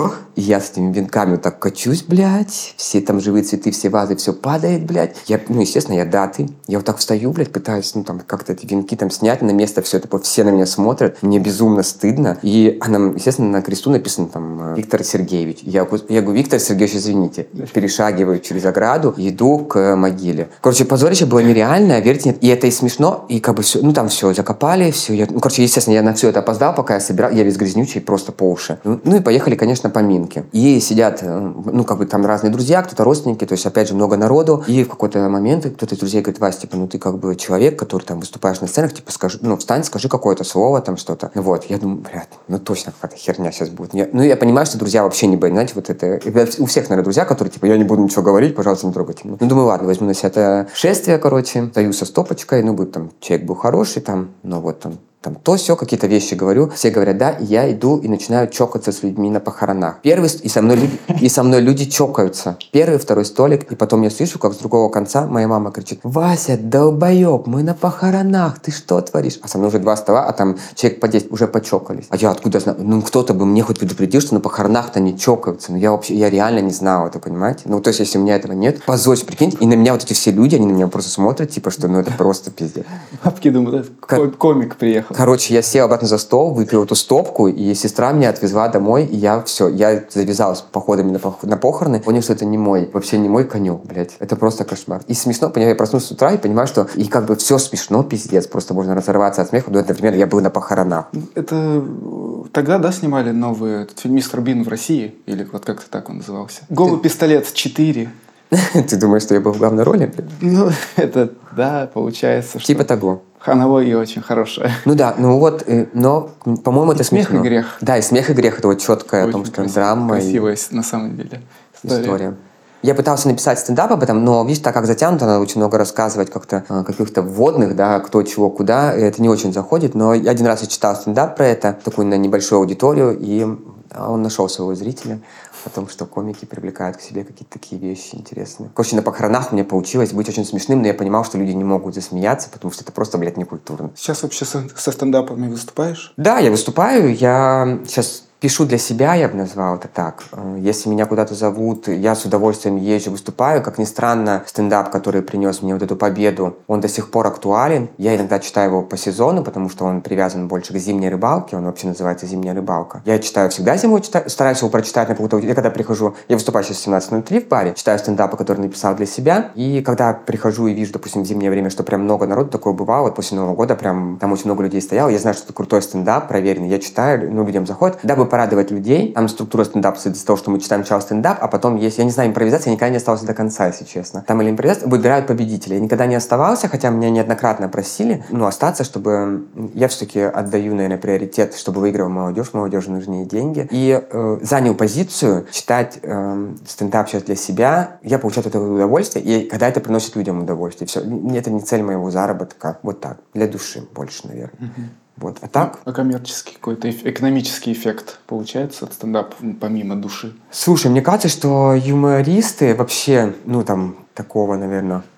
И я с этими венками вот так качусь, блядь. Все там живые цветы, все вазы, все падает, блядь. Я, ну, естественно, я даты. Я вот так встаю, блядь, пытаюсь, ну, там, как-то эти венки там снять на место, все это, все на меня смотрят. Мне безумно стыдно. И она, естественно, на кресту написано там Виктор Сергеевич. Я, я говорю, Виктор Сергеевич, извините. Перешагиваю через ограду, иду к могиле. Короче, позорище было нереальное, верьте, нет. И это и смешно, и как бы все, ну, там все закопали, все. Я, ну, короче, естественно, я на все это опоздал, пока я собирал, я весь грязнючий, просто по уши. Ну, ну и поехали, конечно, поминки. И сидят, ну, как бы там разные друзья, кто-то родственники, то есть, опять же, много народу. И в какой-то момент кто-то из друзей говорит, Вась, типа, ну, ты как бы человек, который там выступаешь на сценах, типа, скажи, ну, встань, скажи какое-то слово, там что-то. Вот, я думаю, блядь, ну, точно какая-то херня сейчас будет. Я, ну, я понимаю, что друзья вообще не боятся, знаете, вот это... У всех, наверное, друзья, которые, типа, я не буду ничего говорить, пожалуйста, не трогайте. Ну, думаю, ладно, возьму на себя это шествие, короче, стою со стопочкой, ну, будет там, человек был хороший, там, ну, вот там, там то все какие-то вещи говорю, все говорят да, и я иду и начинаю чокаться с людьми на похоронах. Первый, и со мной, и со мной люди чокаются. Первый, второй столик, и потом я слышу, как с другого конца моя мама кричит, Вася, долбоеб, мы на похоронах, ты что творишь? А со мной уже два стола, а там человек по десять уже почокались. А я откуда знаю? Ну, кто-то бы мне хоть предупредил, что на похоронах-то не чокаются. Ну, я вообще, я реально не знал это, понимаете? Ну, то есть, если у меня этого нет, позорь, прикиньте, и на меня вот эти все люди, они на меня просто смотрят, типа, что, ну, это просто пиздец. Бабки думают, комик приехал. Короче, я сел обратно за стол, выпил эту стопку, и сестра меня отвезла домой, и я все, я завязал с походами на, пох- на похороны, понял, что это не мой, вообще не мой конек, блядь. Это просто кошмар. И смешно, понимаю, я проснулся с утра и понимаю, что и как бы все смешно, пиздец, просто можно разорваться от смеха. Ну, это, например, я был на похоронах. Это тогда, да, снимали новый этот фильм «Мистер Бин» в России? Или вот как-то так он назывался? «Голый пистолет четыре». Ты думаешь, что я был в главной роли? Ну, это, да, получается. Типа того. Оно и очень хорошее. Ну да, ну вот, но, по-моему, это смех смешно. и грех. Да, и смех и грех, это вот четкое о том, что драма. Красивая, и... на самом деле, история. история. Я пытался написать стендап об этом, но, видишь, так как затянуто, надо очень много рассказывать как-то о каких-то вводных, да, кто, чего, куда, и это не очень заходит, но я один раз я читал стендап про это, такую на небольшую аудиторию, и он нашел своего зрителя о том, что комики привлекают к себе какие-то такие вещи интересные. Короче, на похоронах у меня получилось быть очень смешным, но я понимал, что люди не могут засмеяться, потому что это просто, блядь, некультурно. Сейчас вообще со, со стендапами выступаешь? Да, я выступаю, я сейчас... Пишу для себя, я бы назвал это так. Если меня куда-то зовут, я с удовольствием езжу, выступаю. Как ни странно, стендап, который принес мне вот эту победу, он до сих пор актуален. Я иногда читаю его по сезону, потому что он привязан больше к зимней рыбалке. Он вообще называется «Зимняя рыбалка». Я читаю всегда зимой, читаю, стараюсь его прочитать на какую-то... Я когда прихожу, я выступаю сейчас в семнадцать ноль три в баре, читаю стендапы, которые написал для себя. И когда прихожу и вижу, допустим, в зимнее время, что прям много народу, такое бывало, вот после Нового года прям там очень много людей стояло. Я знаю, что это крутой стендап, проверенный. Я читаю, ну, людям заходит. Дабы порадовать людей. Там структура стендапа состоит из того, что мы читаем сначала стендап, а потом есть, я не знаю, импровизация, я никогда не остался до конца, если честно. Там или импровизация, выбирают победителя. Я никогда не оставался, хотя меня неоднократно просили, ну, остаться, чтобы... Я все-таки отдаю, наверное, приоритет, чтобы выигрывала молодежь. Молодежи нужны деньги. И э, занял позицию читать э, стендап сейчас для себя. Я получаю от этого удовольствие, и когда это приносит людям удовольствие. Все. Это не цель моего заработка. Вот так. Для души больше, наверное. Uh-huh. Вот. А так? А коммерческий какой-то экономический эффект получается от стендапа помимо души? Слушай, мне кажется, что юмористы вообще, ну там, такого, наверное,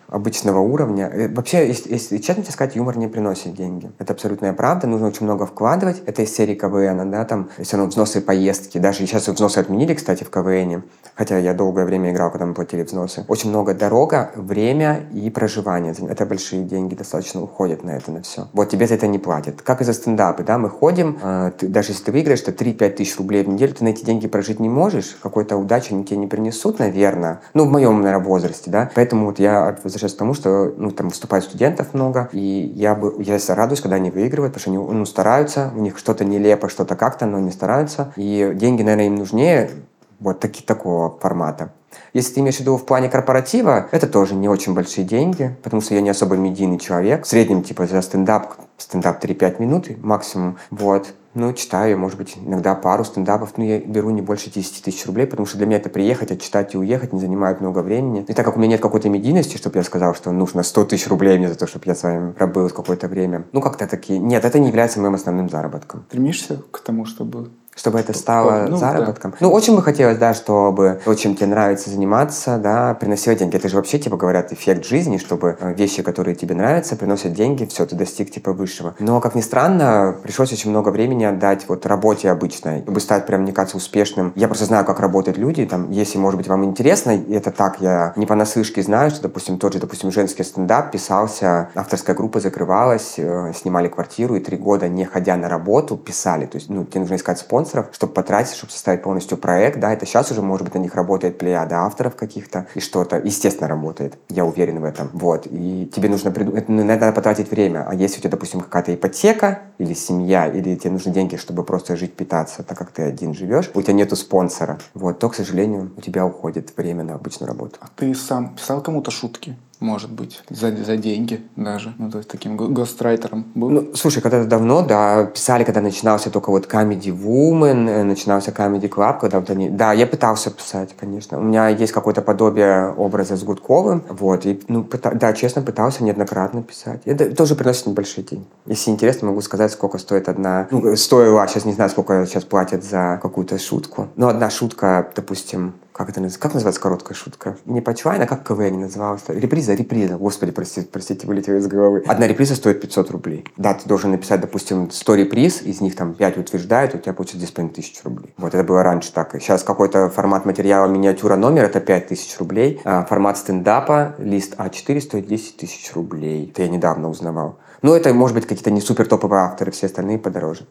обычного уровня. Вообще, если, если честно тебе сказать, юмор не приносит деньги. Это абсолютная правда. Нужно очень много вкладывать. Это из серии КВН, да, там все равно взносы, поездки. Даже сейчас взносы отменили, кстати, в КВН. Хотя я долгое время играл, когда мы платили взносы. Очень много дорога, время и проживание. Это большие деньги достаточно уходят на это, на все. Вот тебе за это не платят. Как и за стендапы, да, мы ходим, э, ты, даже если ты выиграешь, то три-пять тысяч рублей в неделю, ты на эти деньги прожить не можешь. Какой-то удачи они тебе не принесут, наверное. Ну, в моем, наверное, возрасте, да. Поэтому вот я возвращаюсь к тому, что, ну, там выступает студентов много, и я бы, я радуюсь, когда они выигрывают, потому что они, ну, стараются, у них что-то нелепо, что-то как-то, но они стараются. И деньги, наверное, им нужнее вот таки, такого формата. Если ты имеешь в виду в плане корпоратива, это тоже не очень большие деньги, потому что я не особо медийный человек. В среднем, типа, за стендап, стендап три-пять минут максимум, вот. Ну, читаю, может быть, иногда пару стендапов, но я беру не больше десять тысяч рублей, потому что для меня это приехать, отчитать и уехать не занимает много времени. И так как у меня нет какой-то медийности, чтобы я сказал, что нужно сто тысяч рублей мне за то, чтобы я с вами пробыл какое-то время. Ну, как-то такие... Нет, это не является моим основным заработком. Стремишься к тому, чтобы... Чтобы это стало ну, заработком. Да. Ну, очень бы хотелось, да, чтобы то, чем тебе нравится заниматься, да, приносило деньги. Это же вообще, типа, говорят, эффект жизни, чтобы вещи, которые тебе нравятся, приносят деньги, все, ты достиг, типа, высшего. Но, как ни странно, пришлось очень много времени отдать вот работе обычной, чтобы стать, прям, мне кажется, успешным. Я просто знаю, как работают люди, там, если, может быть, вам интересно, это так, я не понаслышке знаю, что, допустим, тот же, допустим, женский стендап писался, авторская группа закрывалась, э, снимали квартиру, и три года, не ходя на работу, писали. То есть, ну, тебе нужно искать спонсора, чтобы потратить, чтобы составить полностью проект, да, это сейчас уже, может быть, на них работает плеяда авторов каких-то, и что-то, естественно, работает, я уверен в этом, вот, и тебе нужно придумать, на это надо потратить время, а если у тебя, допустим, какая-то ипотека, или семья, или тебе нужны деньги, чтобы просто жить, питаться, так как ты один живешь, у тебя нету спонсора, вот, то, к сожалению, у тебя уходит время на обычную работу. А ты сам писал кому-то шутки? Может быть, за, за деньги даже. Ну, то есть таким гострайтером был. Ну, слушай, когда-то давно, да, писали, когда начинался только вот Comedy Woman, начинался Comedy Club, когда вот они... Да, я пытался писать, конечно. У меня есть какое-то подобие образа с Гудковым, вот, и, ну, пыта... да, честно, пытался неоднократно писать. Это тоже приносит небольшие деньги. Если интересно, могу сказать, сколько стоит одна... Ну, стоила, сейчас не знаю, сколько сейчас платят за какую-то шутку. Но одна шутка, допустим... Как это называется? Как называется короткая шутка? Не панчлайн, а как КВН называлась? Реприза, реприза. Господи, простите, простите, вылетело из головы. Одна реприза стоит пятьсот рублей. Да, ты должен написать, допустим, сто реприз, из них там пять утверждают, у тебя получится десять с половиной тысяч рублей. Вот это было раньше так. Сейчас какой-то формат материала, миниатюра, номер, это пять тысяч рублей. А формат стендапа, лист а четыре стоит десять тысяч рублей. Это я недавно узнавал. Ну, это, может быть, какие-то не супер топовые авторы, все остальные подороже.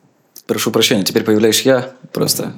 Прошу прощения, теперь появляюсь я просто.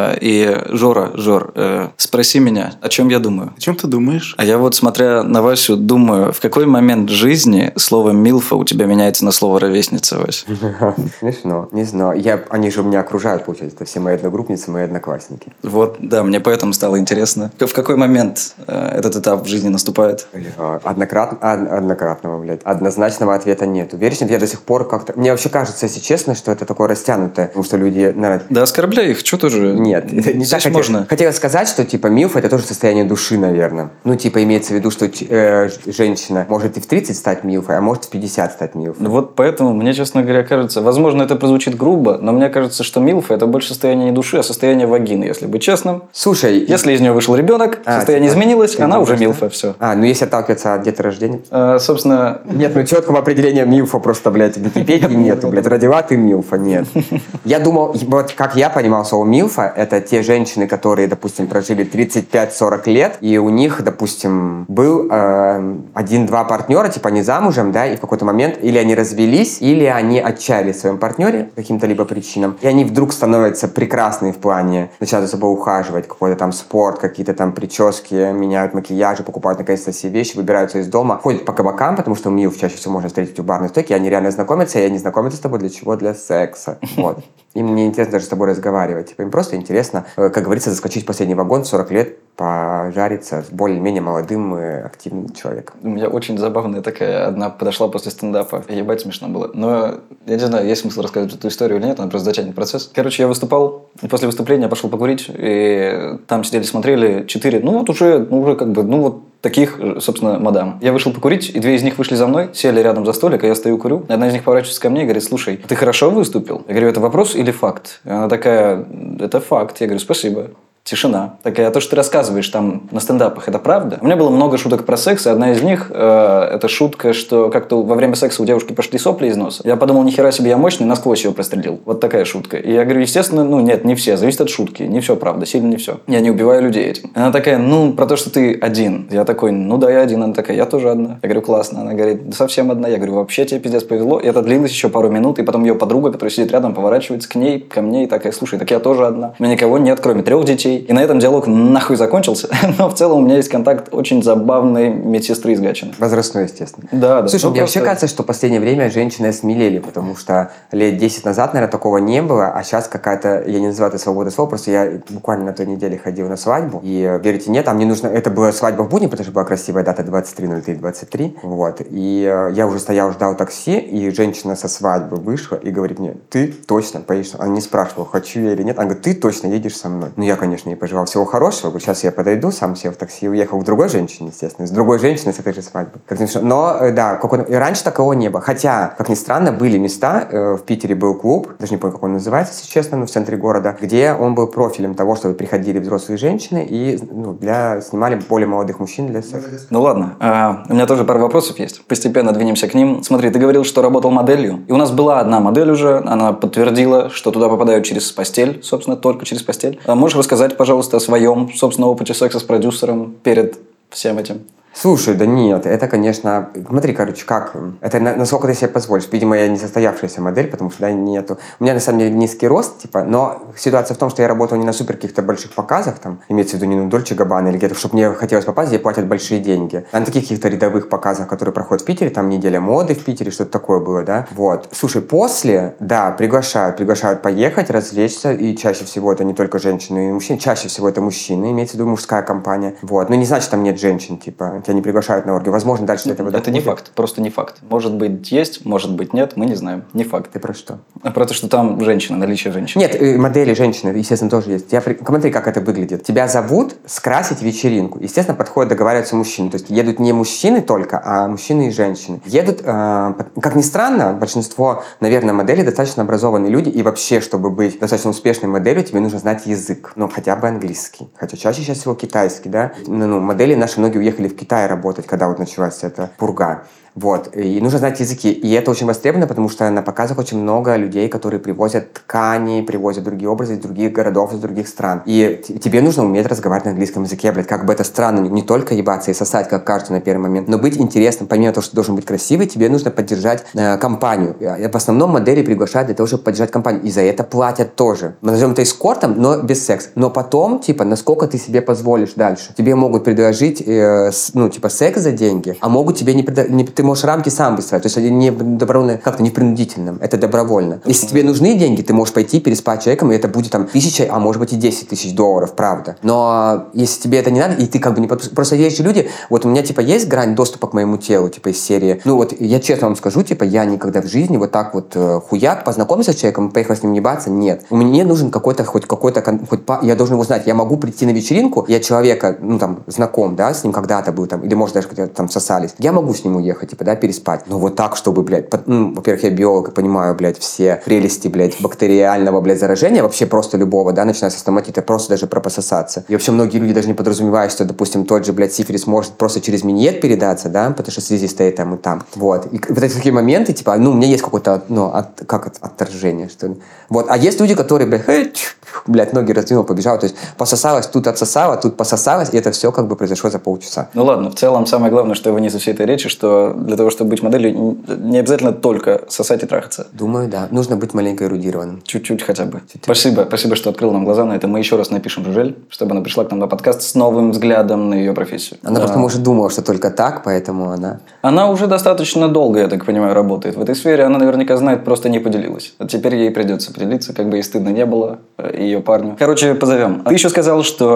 И Жора, Жор, спроси меня, о чем я думаю. О чем ты думаешь? А я вот, смотря на Васю, думаю, в какой момент жизни слово «милфа» у тебя меняется на слово «ровесница», Вась? Смешно, не знаю. Я, они же у меня окружают, получается. Это все мои одногруппницы, мои одноклассники. Вот, да, мне поэтому стало интересно. В какой момент этот этап в жизни наступает? Однократно, однократного, блядь. Однозначного ответа нет. Уверен, я до сих пор как-то... Мне вообще кажется, если честно, что это такое растянутое. Потому что люди... Наверное... Да оскорбляй их, что тоже... Нет, это не так можно. Хотела сказать, что типа милф это тоже состояние души, наверное. Ну, типа имеется в виду, что э, женщина может и в тридцать стать милфой, а может в пятьдесят стать милфой. Ну вот поэтому мне, честно говоря, кажется... Возможно, это прозвучит грубо, но мне кажется, что милфа это больше состояние не души, а состояние вагины, если быть честным. Слушай... Если из нее вышел ребенок, а, состояние типа, изменилось, она уже милфа, все. А, ну если отталкиваться от деторождения? А, собственно... Нет, ну четкого определения милфа просто, блядь, в Википедии нету, блядь. Родила ты милфа, нет. Я думал, вот как я понимал слово милфа, это те женщины, которые, допустим, прожили тридцать пять сорок лет, и у них, допустим, был э, один-два партнера, типа они замужем, да, и в какой-то момент или они развелись, или они отчаялись в своем партнере по каким-то либо причинам, и они вдруг становятся прекрасные в плане, начинают за собой ухаживать, какой-то там спорт, какие-то там прически, меняют макияжи, покупают наконец-то все вещи, выбираются из дома, ходят по кабакам, потому что милф чаще всего можно встретить у барной стойки, и они реально знакомятся, и они знакомятся с тобой для чего? Для секса. Вот. Им не интересно даже с тобой разговаривать. Им просто интересно, как говорится, заскочить в последний вагон в сорок лет, пожариться с более-менее молодым и активным человеком. У меня очень забавная такая, одна подошла после стендапа. Ебать, смешно было. Но я не знаю, есть смысл рассказывать эту историю или нет, она просто затянет процесс. Короче, я выступал, и после выступления пошел покурить, и там сидели, смотрели четыре, ну вот уже, ну уже как бы, ну вот таких, собственно, мадам. Я вышел покурить, и две из них вышли за мной, сели рядом за столик, а я стою курю. Одна из них поворачивается ко мне и говорит: слушай, ты хорошо выступил? Я говорю: это вопрос или факт? И она такая: это факт. Я говорю: спасибо. Тишина. Такая, а то, что ты рассказываешь там на стендапах, это правда? У меня было много шуток про секс, и одна из них э, это шутка, что как-то во время секса у девушки пошли сопли из носа. Я подумал, нихера себе, я мощный, насквозь его прострелил. Вот такая шутка. И я говорю, естественно, ну нет, не все, зависит от шутки. Не все правда, сильно не все. Я не убиваю людей этим. Она такая, ну, про то, что ты один. Я такой, ну да, я один. Она такая, я тоже одна. Я говорю, классно. Она говорит, да совсем одна. Я говорю, вообще тебе пиздец повезло. И это длилось еще пару минут, и потом ее подруга, которая сидит рядом, поворачивается к ней, ко мне и такая, слушай, так я тоже одна. У меня никого нет, кроме трех детей. И на этом диалог нахуй закончился. Но в целом у меня есть контакт очень забавной медсестры из Гатчины. Возрастной, естественно. Да, да. Слушай, Ну, мне просто... вообще кажется, что в последнее время женщины осмелели, потому что лет десять назад, наверное, такого не было, а сейчас какая-то, я не называю это свобода слова, просто я буквально на той неделе ходил на свадьбу, и, верите, нет, там не нужно, это была свадьба в будни, потому что была красивая дата двадцать три ноль три двадцать три, вот, и я уже стоял, ждал такси, и женщина со свадьбы вышла и говорит мне, ты точно поедешь? Она не спрашивала, хочу я или нет, она говорит, ты точно едешь со мной. Ну, я, конечно, ей пожелал всего хорошего, говорю, сейчас я подойду, сам сел в такси и уехал к другой женщине, естественно, с другой женщиной с этой же свадьбы. Но, да, как он, и раньше такого не было, хотя, как ни странно, были места, э, в Питере был клуб, даже не помню, как он называется, если честно, но в центре города, где он был профилем того, чтобы приходили взрослые женщины и ну, для, снимали более молодых мужчин для секса. Ну ладно, а, у меня тоже пару вопросов есть, постепенно двинемся к ним. Смотри, ты говорил, что работал моделью, и у нас была одна модель уже, она подтвердила, что туда попадают через постель, собственно, только через постель. А можешь рассказать, пожалуйста, о своем, собственно, опыте секса с продюсером перед всем этим? Слушай, да нет, это, конечно... Смотри, короче, как... Это на, насколько ты себе позволишь. Видимо, я не состоявшаяся модель, потому что, да, нету... У меня, на самом деле, низкий рост, типа, но ситуация в том, что я работал не на супер каких-то больших показах, там, имеется в виду не на Дольче Габбана или где-то, чтобы мне хотелось попасть, где платят большие деньги. А на таких каких-то рядовых показах, которые проходят в Питере, там, неделя моды в Питере, что-то такое было, да. Вот. Слушай, после, да, приглашают, приглашают поехать, развлечься, и чаще всего это не только женщины и мужчины, чаще всего это мужчины, имеется в виду мужская компания. Вот. Но не значит, там нет женщин, типа, тебя не приглашают на оргию. Возможно, дальше этого Это не факт, просто не факт. Может быть, есть, может быть, нет, мы не знаем. Не факт. Ты про что? Про то, что там женщина, наличие женщин. Нет, модели женщины, естественно, тоже есть. Я, смотри, как это выглядит. Тебя зовут скрасить вечеринку. Естественно, подходят, договариваются мужчины. То есть едут не мужчины только, а мужчины и женщины. Едут, э, как ни странно, большинство, наверное, моделей достаточно образованные люди. И вообще, чтобы быть достаточно успешной моделью, тебе нужно знать язык. Ну, хотя бы английский. Хотя чаще сейчас всего китайский, да. Ну, ну, модели наши многие уехали в Китай работать, когда вот началась эта пурга. Вот. И нужно знать языки. И это очень востребовано, потому что на показах очень много людей, которые привозят ткани, привозят другие образы из других городов, из других стран. И тебе нужно уметь разговаривать на английском языке, блядь. Как бы это странно, не только ебаться и сосать, как кажется на первый момент, но быть интересным. Помимо того, что ты должен быть красивый, тебе нужно поддержать э, компанию. И в основном модели приглашают для того, чтобы поддержать компанию. И за это платят тоже. Мы назовем это эскортом, но без секса. Но потом, типа, насколько ты себе позволишь дальше. Тебе могут предложить, э, с, ну, типа, секс за деньги, а могут тебе не, предо... не ты можешь рамки сам выстраивать. То есть это не добровольно, как-то не в принудительном. Это добровольно. Если тебе нужны деньги, ты можешь пойти переспать человеком, и это будет там тысяча, а может быть и десять тысяч долларов, правда. Но если тебе это не надо, и ты как бы не... Просто есть же люди, вот у меня типа есть грань доступа к моему телу, типа из серии. Ну вот я честно вам скажу, типа я никогда в жизни вот так вот э, хуяк познакомился с человеком, поехал с ним ебаться, нет. У меня нужен какой-то, хоть какой-то, хоть я должен его знать. Я могу прийти на вечеринку, я человека, ну там, знаком, да, с ним когда-то был там, или может даже когда-то там сосались. Я могу с ним уехать, типа, да, переспать. Но вот так, чтобы, блядь, под, ну, во-первых, я биолог и понимаю, блядь, все прелести, блядь, бактериального, блядь, заражения, вообще просто любого, да, начиная со стоматита, просто даже про пососаться. И вообще многие люди даже не подразумевают, что, допустим, тот же, блядь, сифилис может просто через миньет передаться, да, потому что слизи стоит там и там. Вот. И вот эти такие моменты, типа, ну, у меня есть какое-то, ну, от, как от, отторжение, что ли. Вот. А есть люди, которые, блядь, хэ, чух, блядь, ноги раздвинул, побежал, то есть пососалась, тут отсосала, тут пососалась, и это все как бы произошло за полчаса. Ну ладно, в целом самое главное, что я вынес из всей этой речи, что для того, чтобы быть моделью, не обязательно только сосать и трахаться. Думаю, да. Нужно быть маленько эрудированным. Чуть-чуть хотя бы. Чуть-чуть. Спасибо, спасибо, что открыл нам глаза на это. Мы еще раз напишем Жужель, чтобы она пришла к нам на подкаст с новым взглядом на ее профессию. Она да. просто, может, думала, что только так, поэтому она... Она уже достаточно долго, я так понимаю, работает в этой сфере. Она наверняка знает, просто не поделилась. А теперь ей придется поделиться, как бы ей стыдно не было, ее парню. Короче, позовем. Ты еще сказал, что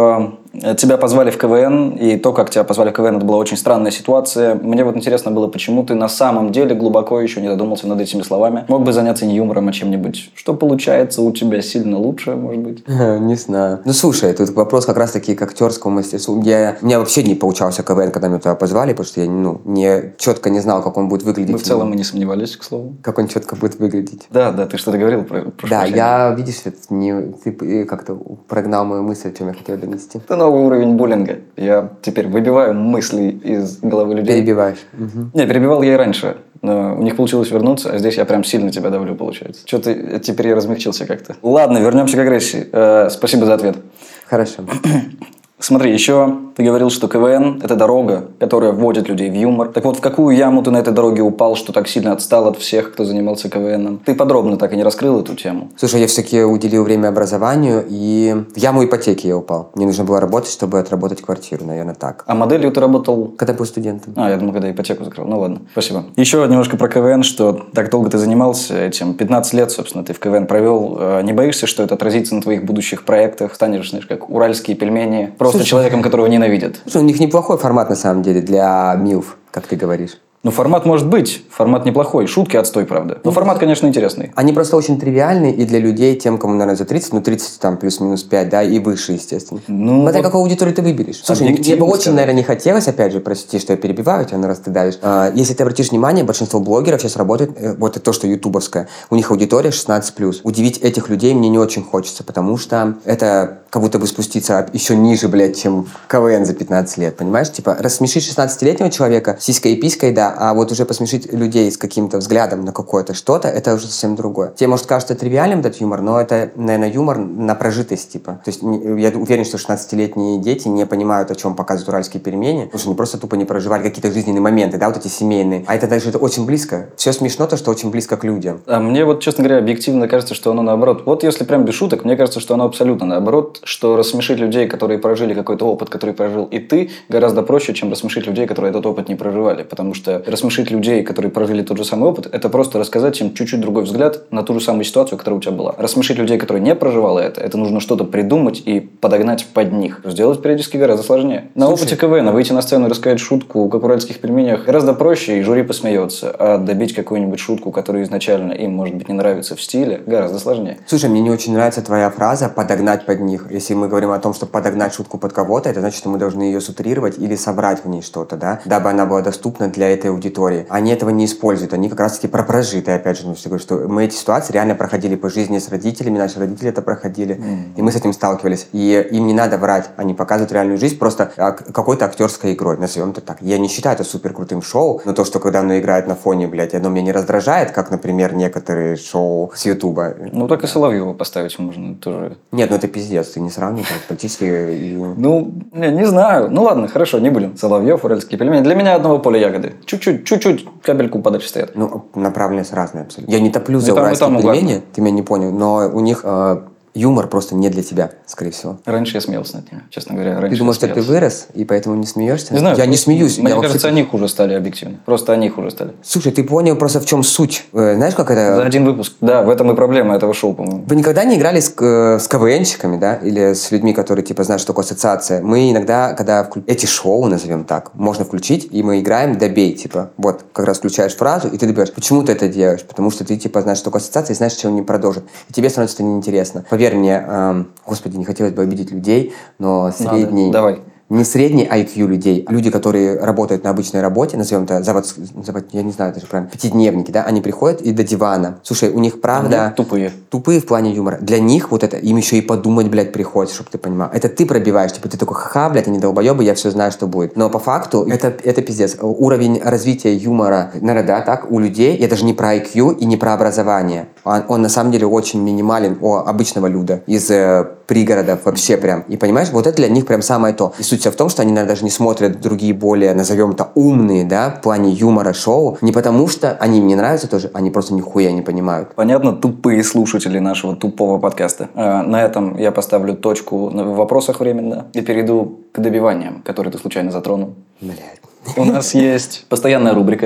тебя позвали в КВН, и то, как тебя позвали в КВН, это была очень странная ситуация. Мне вот интересно было, почему ты на самом деле глубоко еще не задумался над этими словами. Мог бы заняться не юмором, а чем-нибудь, что получается у тебя сильно лучше, может быть? Не знаю. Ну, слушай, тут вопрос как раз-таки к актерскому мастерству. Я, у меня вообще не получался КВН, когда меня туда позвали, потому что я ну, не, четко не знал, как он будет выглядеть. Мы в целом и не сомневались, к слову. Как он четко будет выглядеть. Да, да, ты что-то говорил про прошлое. Да, я, видишь, не, ты как-то прогнал мою мысль, о чем я хотел донести. Это новый уровень буллинга. Я теперь выбиваю мысли из головы людей. Перебиваешь. Угу. Не, перебивал я и раньше. Но у них получилось вернуться, а здесь я прям сильно тебя давлю, получается. Что-то теперь я размягчился как-то. Ладно, вернемся к агрессии. Э, спасибо за ответ. Хорошо. Смотри, еще ты говорил, что КВН – это дорога, которая вводит людей в юмор. Так вот, в какую яму ты на этой дороге упал, что так сильно отстал от всех, кто занимался КВНом? Ты подробно так и не раскрыл эту тему. Слушай, я все-таки уделил время образованию, и в яму ипотеки я упал. Мне нужно было работать, чтобы отработать квартиру, наверное, так. А моделью ты работал? Когда был студентом. А, я думал, когда ипотеку закрыл. Ну ладно, спасибо. Еще немножко про КВН, что так долго ты занимался этим. пятнадцать лет, собственно, ты в КВН провел. Не боишься, что это отразится на твоих будущих проектах? Станешь, знаешь, как уральские пельмени, просто Слушай, человеком, которого ненавидят? Слушай, у них неплохой формат, на самом деле, для милф, как ты говоришь. Ну, формат может быть. Формат неплохой. Шутки отстой, правда. Но формат, конечно, интересный. Они просто очень тривиальны и для людей, тем, кому, наверное, за тридцать, ну, тридцать там плюс-минус пять, да, и выше, естественно. Ну, смотря вот какую аудиторию ты выберешь. Слушай, мне бы очень, наверное, не хотелось, опять же, прости, что я перебиваю тебя, но раз ты давишь. А, если ты обратишь внимание, большинство блогеров сейчас работает, вот это то, что ютубовское, у них аудитория шестнадцать плюс. Удивить этих людей мне не очень хочется, потому что это как будто бы спуститься еще ниже, блядь, чем КВН за пятнадцать лет, понимаешь? Типа, рассмешить шестнадцатилетнего человека сиськой и писькой, да, а вот уже посмешить людей с каким-то взглядом на какое-то что-то, это уже совсем другое. Тебе, может, кажется тривиальным этот юмор, но это, наверное, юмор на прожитость, типа. То есть я уверен, что шестнадцатилетние дети не понимают, о чем показывают уральские пельмени, потому что они просто тупо не проживали какие-то жизненные моменты, да, вот эти семейные. А это даже это очень близко. Все смешно, то, что очень близко к людям. А мне вот, честно говоря, объективно кажется, что оно наоборот. Вот если прям без шуток, мне кажется, что оно абсолютно наоборот, что рассмешить людей, которые прожили какой-то опыт, который прожил и ты, гораздо проще, чем рассмешить людей, которые этот опыт не проживали. Потому что рассмешить людей, которые прожили тот же самый опыт, это просто рассказать им чуть-чуть другой взгляд на ту же самую ситуацию, которая у тебя была. Рассмешить людей, которые не проживали это, это нужно что-то придумать и подогнать под них. Сделать периодически гораздо сложнее. На Слушай, опыте КВН выйти на сцену и рассказать шутку, как в уральских пельменях, гораздо проще, и жюри посмеется. А добить какую-нибудь шутку, которая изначально им, может быть, не нравится в стиле, гораздо сложнее. Слушай, мне не очень нравится твоя фраза «подогнать под них». Если мы говорим о том, что подогнать шутку под кого-то, это значит, что мы должны ее сутрировать или собрать в ней что-то, да, дабы она была доступна для этой аудитории. Они этого не используют, они как раз-таки про прожитые, опять же, что мы эти ситуации реально проходили по жизни с родителями, наши родители это проходили, mm-hmm. и мы с этим сталкивались. И им не надо врать, они показывают реальную жизнь просто какой-то актерской игрой, назовем это так. Я не считаю это супер крутым шоу, но то, что когда оно играет на фоне, блядь, оно меня не раздражает, как, например, некоторые шоу с Ютуба. Ну, так и Соловьева поставить можно тоже. Нет, ну это пиздец, ты не сравнивай практически. И... Ну, не, не знаю. Ну ладно, хорошо, не будем. Соловьев, уральские пельмени. Для меня одного поля ягоды. Чуть-чуть, чуть-чуть капельку подальше стоят. Ну, направленность разная абсолютно. Я не топлю за уральские пельмени, ты меня не понял, но у них... Э, юмор просто не для тебя, скорее всего. Раньше я смеялся над ними, честно говоря. Раньше ты думал, что ты вырос, и поэтому не смеешься? Не знаю. Я не смеюсь. Мне я кажется, вообще... они хуже стали объективно. Просто они хуже стали. Слушай, ты понял просто в чем суть? Знаешь, как это... За один выпуск. Да, в этом и проблема этого шоу, по-моему. Вы никогда не играли с, с КВНщиками, да? Или с людьми, которые, типа, знают, что такое ассоциация? Мы иногда, когда вклю... эти шоу, назовем так, можно включить, и мы играем «добей». Типа, вот, как раз включаешь фразу, и ты добьешь. Почему ты это делаешь? Потому что ты, типа, знаешь, что такое ассоциация, и знаешь, чем они продолжат. И тебе становится это неинтересно. Поверь мне, эм... Господи, не хотелось бы обидеть людей, но средний... Надо. Давай. Не средний ай кью людей, а люди, которые работают на обычной работе, назовем это, завод, завод, я не знаю даже правильно, пятидневники, да, они приходят и до дивана. Слушай, у них правда... Они тупые. Тупые в плане юмора. Для них вот это, им еще и подумать, блядь, приходится, чтобы ты понимал. Это ты пробиваешь, типа ты такой, ха-ха, блядь, они долбоебы, я все знаю, что будет. Но по факту это, это пиздец. Уровень развития юмора, наверное, да, так, у людей, я даже не про ай кью и не про образование. Он, он на самом деле очень минимален у обычного люда из э, пригородов вообще прям. И понимаешь, вот это для них прям самое то. И суть в том, что они, наверное, даже не смотрят другие более, назовем это, умные, да, в плане юмора шоу, не потому что они им не нравятся тоже, они просто нихуя не понимают. Понятно, тупые слушатели нашего тупого подкаста. На этом я поставлю точку в вопросах временно и перейду к добиваниям, которые ты случайно затронул. Блядь. У нас есть постоянная рубрика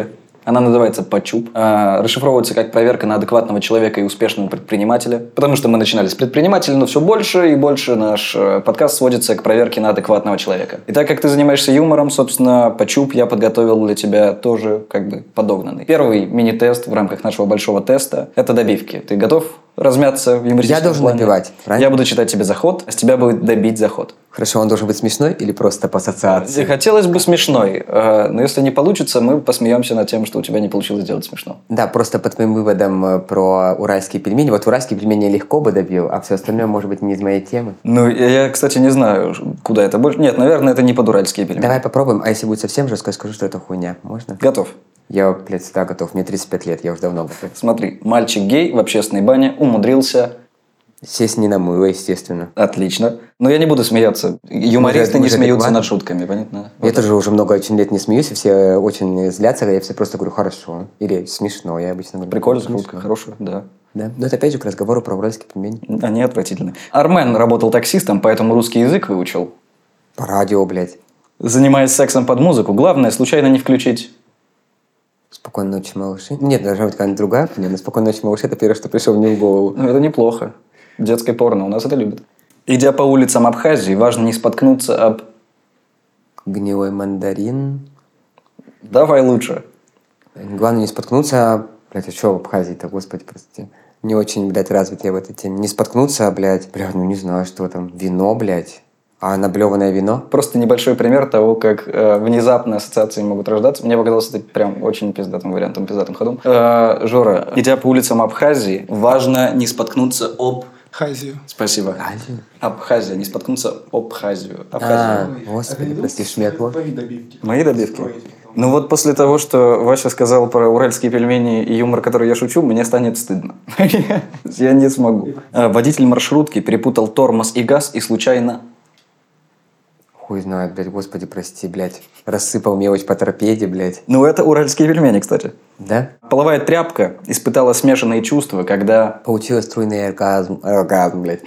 Она называется ПАЧУП. А, расшифровывается как проверка на адекватного человека и успешного предпринимателя. Потому что мы начинали с предпринимателя, но все больше и больше наш подкаст сводится к проверке на адекватного человека. И так как ты занимаешься юмором, собственно, ПАЧУП я подготовил для тебя тоже как бы подогнанный. Первый мини-тест в рамках нашего большого теста – это добивки. Ты готов размяться в юмористическом Я должен плане? добивать, правильно? Я буду читать тебе заход, а с тебя будет добить заход. Хорошо, он должен быть смешной или просто по ассоциации? Хотелось бы смешной, но если не получится, мы посмеемся над тем, что у тебя не получилось сделать смешно. Да, просто по твоим выводам про уральские пельмени. Вот уральские пельмени я легко бы добил, а все остальное, может быть, не из моей темы. Ну, я, кстати, не знаю, куда это больше. Нет, наверное, это не под уральские пельмени. Давай попробуем, а если будет совсем жестко, я скажу, что это хуйня. Можно? Готов. Я, блядь, всегда готов. Мне тридцать пять лет, я уже давно готов. Смотри, мальчик гей в общественной бане умудрился... Сесть не на мыло, естественно. Отлично. Но я не буду смеяться. Юмористы Мы не же смеются адекватно. над шутками, понятно? Я Вот. тоже уже много очень лет не смеюсь, и все очень злятся, а я все просто говорю «хорошо» или «смешно». Я обычно говорю Прикольная «смешно». шутка, хорошая, да. Да, но это опять же к разговору про уральские пельмени. Они отвратительны. Армен работал таксистом, поэтому русский язык выучил. По радио, блядь. Занимаясь сексом под музыку, главное случайно не включить. «Спокойной ночи, малыши». Нет, должна быть какая-нибудь другая. Нет, но «Спокойной ночи, малыши» — это первое, что пришло мне в голову. Ну, это неплохо. Детское порно, у нас это любят. Идя по улицам Абхазии, важно не споткнуться об... Гнилой мандарин. Давай лучше. Главное не споткнуться. Блядь, а что в Абхазии-то, господи, прости. Не очень, блядь, развит я в этой теме. Не споткнуться, блядь. Блядь, ну не знаю, что там. Вино, блядь. А наблеванное вино? Просто небольшой пример того, как э, внезапно ассоциации могут рождаться. Мне показалось это прям очень пиздатым вариантом, пиздатым ходом. Э, Жора, идя по улицам Абхазии, важно не споткнуться об... Хазию. Спасибо. Азию? Абхазия, не споткнуться об Хазию. А, Абхазию. господи, прости, шмекло. Мои добивки. Ну вот после того, что Вася сказал про уральские пельмени и юмор, который я шучу, мне станет стыдно. Я не смогу. А, водитель маршрутки перепутал тормоз и газ и случайно... Хуй знает, блядь, господи, прости, блядь. Рассыпал мелочь по торпеде, блядь. Ну это уральские пельмени, кстати. Да? Половая тряпка испытала смешанные чувства, когда... Получилось струйный оргазм. Оргазм, блядь.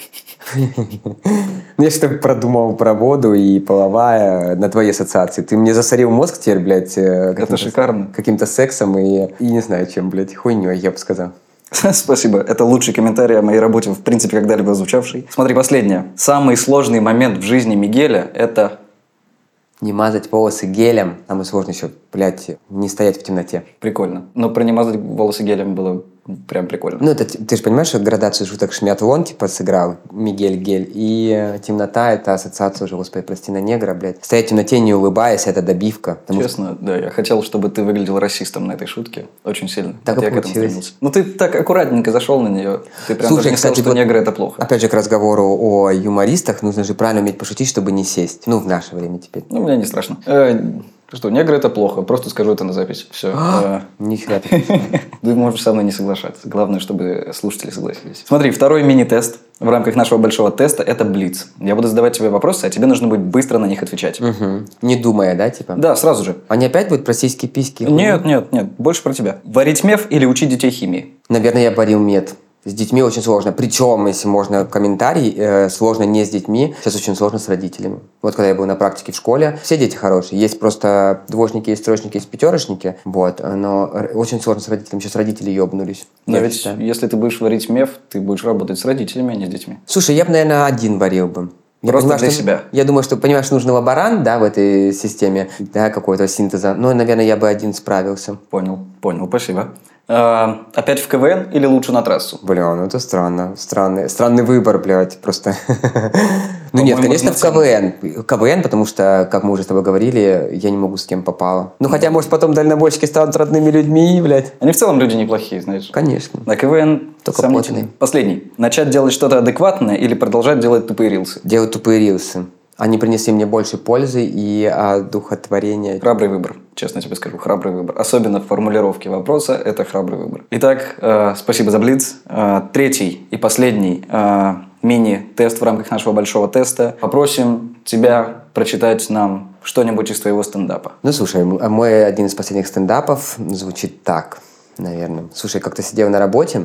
Ну, я что-то продумал про воду и половая на твои ассоциации. Ты мне засорил мозг теперь, блядь. Это шикарно. Каким-то сексом и, и не знаю чем, блядь, хуйней, я бы сказал. Спасибо. Это лучший комментарий о моей работе, в принципе, когда-либо звучавший. Смотри, последнее. Самый сложный момент в жизни Мигеля – это... Не мазать волосы гелем. Самое сложное еще, блядь, не стоять в темноте. Прикольно. Но про не мазать волосы гелем было прям прикольно. Ну, это, ты же понимаешь, что градацию шуток Шмятлон, типа, сыграл Мигель Гель, и э, темнота — это ассоциация уже, господи, прости, на негра, блядь. Стоять в темноте, не улыбаясь, это добивка. Потому Честно, что... да, я хотел, чтобы ты выглядел расистом на этой шутке. Очень сильно. Так вот и я к этому получилось. стремился. Ну, ты так аккуратненько зашел на нее. Ты прям Слушай, даже не сказал, кстати, что вот негры – это плохо. Опять же, к разговору о юмористах, нужно же правильно уметь пошутить, чтобы не сесть. Ну, в наше время теперь. Ну, мне не страшно. Э, что, негры – это плохо. Просто скажу это на запись. Все. Нихера. Ты можешь со мной не соглашаться. Главное, чтобы слушатели согласились. Смотри, второй мини-тест в рамках нашего большого теста – это блиц. Я буду задавать тебе вопросы, а тебе нужно будет быстро на них отвечать. Угу. Не думая, да, типа? Да, сразу же. Они опять будут про сиськи, письки? Нет, нет, нет. Больше про тебя. Варить меф или учить детей химии? Наверное, я варил мед. С детьми очень сложно. Причем, если можно комментарий, э, сложно не с детьми, сейчас очень сложно с родителями. Вот когда я был на практике в школе, все дети хорошие. Есть просто двоечники, есть троечники, есть пятерочники. Вот. Но очень сложно с родителями. Сейчас родители ебнулись. Но Я ведь считаю. если ты будешь варить меф, ты будешь работать с родителями, а не с детьми. Слушай, я бы, наверное, один варил бы. Я Просто понимаю, для что- себя. Я думаю, что, понимаешь, нужен лаборант, да, в этой системе, да, какого-то синтеза. Но, наверное, я бы один справился. Понял, понял, спасибо. А, опять в КВН или лучше на трассу? Бля, ну это странно. Странный, странный выбор, блядь, просто. Ну нет, По-моему, конечно, в равноценно. КВН. КВН, потому что, как мы уже с тобой говорили, я не могу с кем попало. Ну, хотя, может, потом дальнобойщики станут родными людьми, блядь. Они в целом люди неплохие, знаешь. Конечно. На КВН Только сомнительный. потные. Последний. Начать делать что-то адекватное или продолжать делать тупые рилсы? Делают тупые рилсы. Они принесли мне больше пользы и одухотворения. Храбрый выбор, честно тебе скажу, храбрый выбор. Особенно в формулировке вопроса, это храбрый выбор. Итак, э, спасибо за блиц. Э, третий и последний э, мини-тест в рамках нашего большого теста. Попросим тебя прочитать нам что-нибудь из твоего стендапа. Ну, слушай, м- мой один из последних стендапов звучит так, наверное. Слушай, как-то сидел на работе,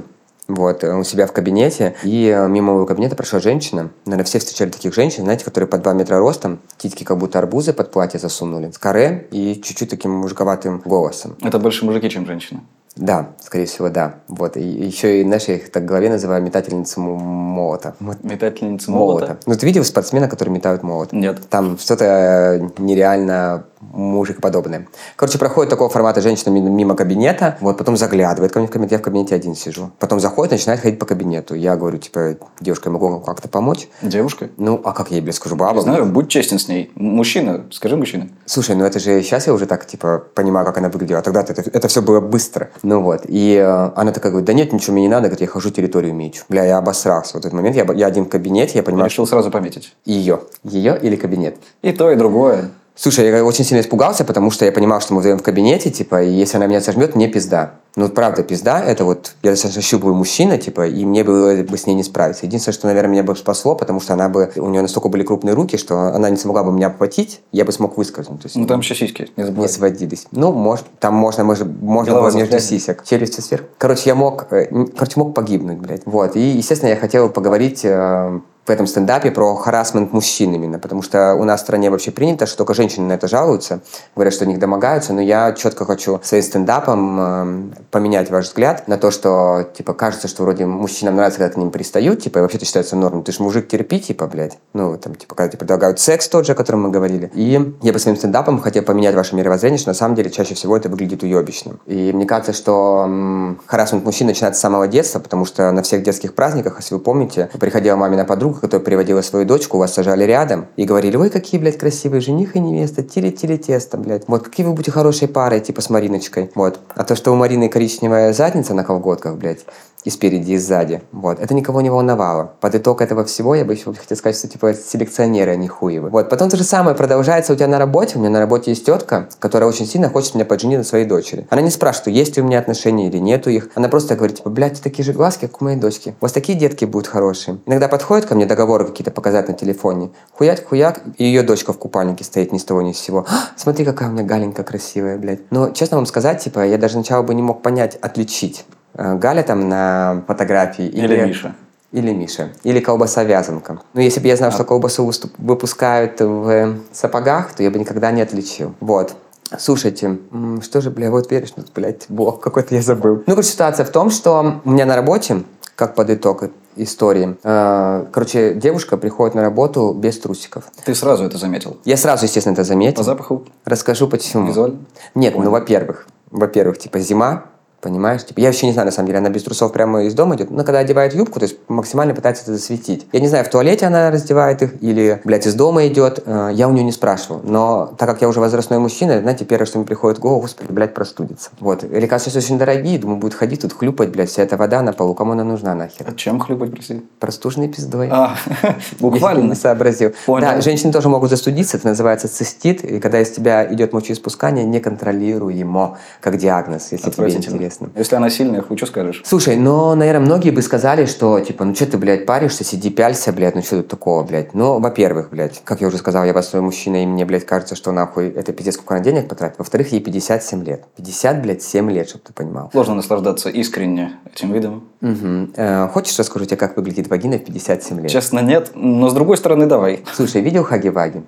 вот, у себя в кабинете, и мимо моего кабинета прошла женщина. Наверное, все встречали таких женщин, знаете, которые по два метра ростом, титьки как будто арбузы под платье засунули, с каре и чуть-чуть таким мужиковатым голосом. Это больше мужики, чем женщины. Да, скорее всего, да. Вот. И еще и, знаешь, я их так в голове называю метательница молота. Метательница молота? молота. Ну, ты видел спортсмена, который метает молот? Нет. Там что-то нереально мужикоподобное. Короче, проходит такого формата женщина мимо кабинета, вот, потом заглядывает ко мне в кабинет, я в кабинете один сижу. Потом заходит, начинает ходить по кабинету. Я говорю, типа, девушка, я могу как-то помочь? Девушка? Ну, а как я ей, блядь, скажу, баба? Не знаю, будь честен с ней. Мужчина, скажи мужчина. Слушай, ну это же сейчас я уже так, типа, понимаю, как она выглядела. А тогда-то это, это все было быстро. Ну вот. И э, она такая говорит, да нет, ничего мне не надо, говорит, я хожу, территорию мечу. Бля, я обосрался в этот момент. Я, я один в кабинете, я понимаю... Решил сразу пометить. Ее. Ее или кабинет? И то, и другое. Слушай, я очень сильно испугался, потому что я понимал, что мы вдвоем в кабинете, типа, и если она меня сожмет, мне пизда. Ну, правда, пизда, это вот, я достаточно щуплый мужчина, типа, и мне было бы с ней не справиться. Единственное, что, наверное, меня бы спасло, потому что она бы, у нее настолько были крупные руки, что она не смогла бы меня обхватить, я бы смог выскользнуть. То есть, ну, там еще сиськи, не забывай. Не сводились. Ну, может, там можно, может, можно было между сисек. Челюсть сверху. Короче, я мог, короче, мог погибнуть, блядь. Вот, и, естественно, я хотел поговорить... в этом стендапе про харассмент мужчин именно, потому что у нас в стране вообще принято, что только женщины на это жалуются, говорят, что них домогаются, но я четко хочу своим стендапом э, поменять ваш взгляд на то, что, типа, кажется, что вроде мужчинам нравится, когда к ним пристают, типа, и вообще это считается нормой. Ты ж мужик, терпи, типа, блядь. Ну, там, типа, когда тебе предлагают секс тот же, о котором мы говорили. И я бы своим стендапом хотел поменять ваше мировоззрение, что на самом деле чаще всего это выглядит уебищным. И мне кажется, что м, харассмент мужчин начинается с самого детства, потому что на всех детских праздниках, если вы помните, приходила мамина подруга, которая приводила свою дочку, вас сажали рядом и говорили, ой, какие, блядь, красивые жених и невеста, тили-тили тесто, блядь. Вот, какие вы будете хорошей парой, типа с Мариночкой. Вот. А то, что у Марины коричневая задница на колготках, блядь, и спереди, и сзади. Вот. Это никого не волновало. Под итог этого всего я бы еще хотел сказать, что типа селекционеры, они хуевы. Вот. Потом то же самое продолжается у тебя на работе. У меня на работе есть тетка, которая очень сильно хочет меня подженить на своей дочери. Она не спрашивает, есть ли у меня отношения или нету их. Она просто говорит, типа, блядь, такие же глазки, как у моей дочки. У вас такие детки будут хорошие. Иногда подходит ко мне договоры какие-то показать на телефоне. Хуяк, хуяк, и ее дочка в купальнике стоит ни с того ни с сего. Смотри, какая у меня Галенька красивая, блядь. Но, честно вам сказать, типа, я даже сначала бы не мог понять, отличить. Галя там на фотографии или, или Миша. Или Миша. Или колбаса-вязанка. Но если бы я знал, а... что колбасу выступ... выпускают в сапогах, то я бы никогда не отличил. Вот. Слушайте, что же, бля, вот веришь, ну, блядь, бог какой-то я забыл. Ну, короче, ситуация в том, что у меня на работе, как под итог истории, э, короче, девушка приходит на работу без трусиков. Ты сразу это заметил? Я сразу, естественно, это заметил. По запаху? Расскажу, почему. Визуально? Нет, Понял. ну, во-первых, во-первых, типа, зима, понимаешь? Типа, я вообще не знаю, на самом деле, она без трусов прямо из дома идет, но когда одевает юбку, то есть максимально пытается это засветить. Я не знаю, в туалете она раздевает их или, блядь, из дома идет, я у нее не спрашивал. Но так как я уже возрастной мужчина, знаете, первое, что мне приходит в голову, господи, блядь, простудится. Вот. Лекарства сейчас очень дорогие, думаю, будет ходить тут хлюпать, блядь, вся эта вода на полу, кому она нужна нахер? А чем хлюпать, прости? Простужной пиздой. А, буквально? Не сообразил. Понял. Да, женщины тоже могут застудиться, это называется цистит, и когда из тебя идет мочеиспускание неконтролируемо, как диагноз, если тебе интересно. Если она сильная, хуй, что скажешь? Слушай, но, наверное, многие бы сказали, что, типа, ну что ты, блядь, паришься, сиди, пялься, блядь, ну что тут такого, блядь. Ну, во-первых, блядь, как я уже сказал, я большой мужчина, и мне, блядь, кажется, что нахуй это пиздец, сколько она денег потратит. Во-вторых, ей пятьдесят семь лет. пятьдесят, блядь, семь лет, чтобы ты понимал. Сложно наслаждаться искренне этим видом. Угу. Э, хочешь, расскажу тебе, как выглядит вагина в пятьдесят семь лет? Честно, нет, но с другой стороны, давай. Слушай, видел Хаги-Ваги?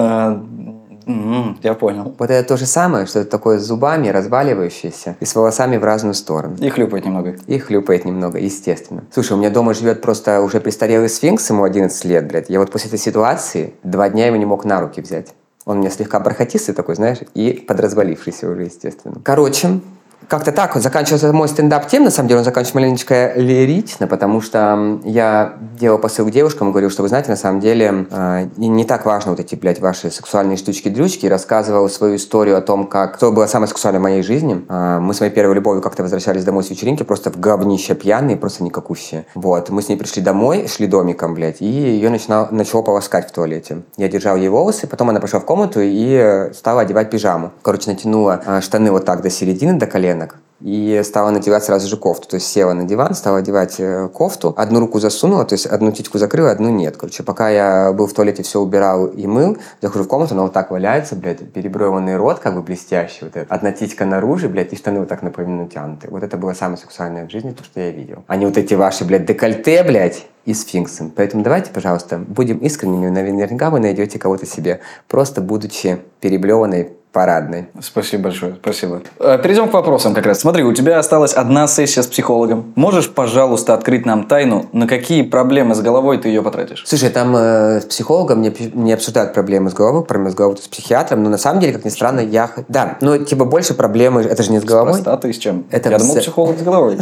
Mm-hmm, я понял. Вот это то же самое, что это такое с зубами, разваливающееся, и с волосами в разную сторону. И хлюпает немного. И хлюпает немного, естественно. Слушай, у меня дома живет просто уже престарелый сфинкс, ему одиннадцать лет, блядь. Я вот после этой ситуации два дня его не мог на руки взять. Он у меня слегка бархатистый такой, знаешь, и подразвалившийся уже, естественно. Короче, как-то так вот заканчивался мой стендап тем, на самом деле он заканчивается маленечко лирично, потому что я делал посыл к девушкам и говорил, что вы знаете, на самом деле э, не так важно вот эти, блядь, ваши сексуальные штучки-дрючки, и рассказывал свою историю о том, как что было самое сексуальное в моей жизни. Э, мы с моей первой любовью как-то возвращались домой с вечеринки, просто в говнище пьяные, просто никакущие. Вот, мы с ней пришли домой, шли домиком, блядь, и ее начинал, начало полоскать в туалете. Я держал ей волосы, потом она пошла в комнату и стала одевать пижаму. Короче, натянула э, штаны вот так до середины, до колена, коленок. И стала надевать сразу же кофту. То есть села на диван, стала одевать э, кофту. Одну руку засунула, то есть одну титьку закрыла, одну нет. Короче, пока я был в туалете, все убирал и мыл, захожу в комнату, она вот так валяется, блядь, переброенный рот как бы блестящий. Вот это. Одна титька наружу, блядь, и штаны вот так наполовину натянуты. Вот это было самое сексуальное в жизни, то, что я видел. А не вот эти ваши, блядь, декольте, блядь, и сфинксы. Поэтому давайте, пожалуйста, будем искренними. Наверняка вы найдете кого-то себе, просто будучи переблеванной парадной. Спасибо большое, спасибо. Перейдем к вопросам как раз. Смотри, у тебя осталась одна сессия с психологом. Можешь, пожалуйста, открыть нам тайну, на какие проблемы с головой ты ее потратишь? Слушай, там э, с психологом не, не обсуждают проблемы с головой, проблемы с головой с психиатром, но на самом деле, как ни странно, я... Да, но типа больше проблемы, это же не с головой. С простатой, с чем? Это я с... думал, психолог с головой.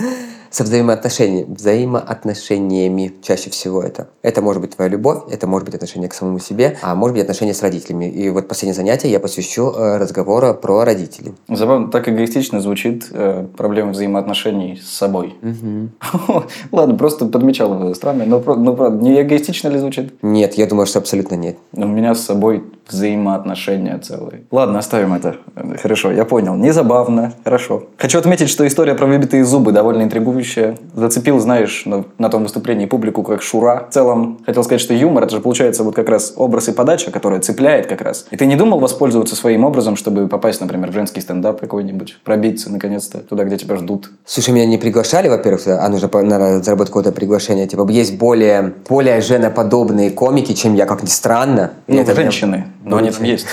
Со взаимоотношениями. Взаимоотношениями чаще всего это. Это может быть твоя любовь, это может быть отношение к самому себе, а может быть отношение с родителями. И вот последнее занятие я посвящу э, разговору про родителей. Забавно, так эгоистично звучит э, проблема взаимоотношений с собой. Угу. Ладно, просто подмечал его странно, но, но правда, не эгоистично ли звучит? Нет, я думаю, что абсолютно нет. У меня с собой взаимоотношения целые. Ладно, оставим это. Хорошо, я понял. Не забавно, хорошо. Хочу отметить, что история про выбитые зубы довольно интригующая. Зацепил, знаешь, на, на том выступлении публику как Шура. В целом, хотел сказать, что юмор, это же получается вот как раз образ и подача, которая цепляет как раз. И ты не думал воспользоваться своим образом, чтобы попасть, например, в женский стендап какой-нибудь, пробиться наконец-то туда, где тебя ждут? Слушай, меня не приглашали, во-первых, а нужно, наверное, заработать какое-то приглашение. Типа, есть более, более женоподобные комики, чем я, как ни странно. Ну, это женщины, мне... но они там есть.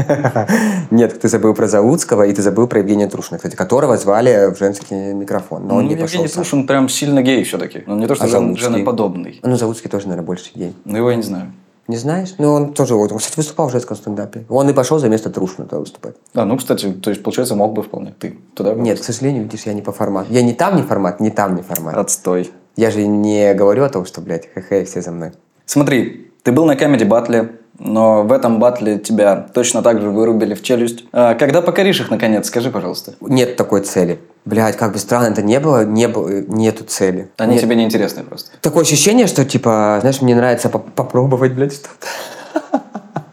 Нет, ты забыл про Залуцкого, и ты забыл про Евгения Трушина, кстати, которого звали в женский микрофон. Но он ну, не пошел Евгений сам. Трушин прям сильно гей все-таки. Он не то, что А жен, Залуцкий? женоподобный. Ну, Залуцкий тоже, наверное, больше гей. Ну, его я не знаю. Не знаешь? Ну, он тоже, он, кстати, выступал в женском стендапе. Он и пошел за место Трушина туда выступать. А, ну, кстати, то есть, получается, мог бы вполне. Ты туда? Нет, к сожалению, видишь, я не по формату. Я не там не формат, не там не формат. Отстой. Я же не говорю о том, что, блядь, хе-хе, все за мной. Смотри, ты был на Comedy Battle, но в этом батле тебя точно так же вырубили в челюсть. А когда покоришь их, наконец, скажи, пожалуйста. Нет такой цели. Блядь, как бы странно это не было, не было, нету цели. Они Нет. тебе не интересны просто. Такое ощущение, что, типа, знаешь, мне нравится поп- попробовать, блядь, что-то.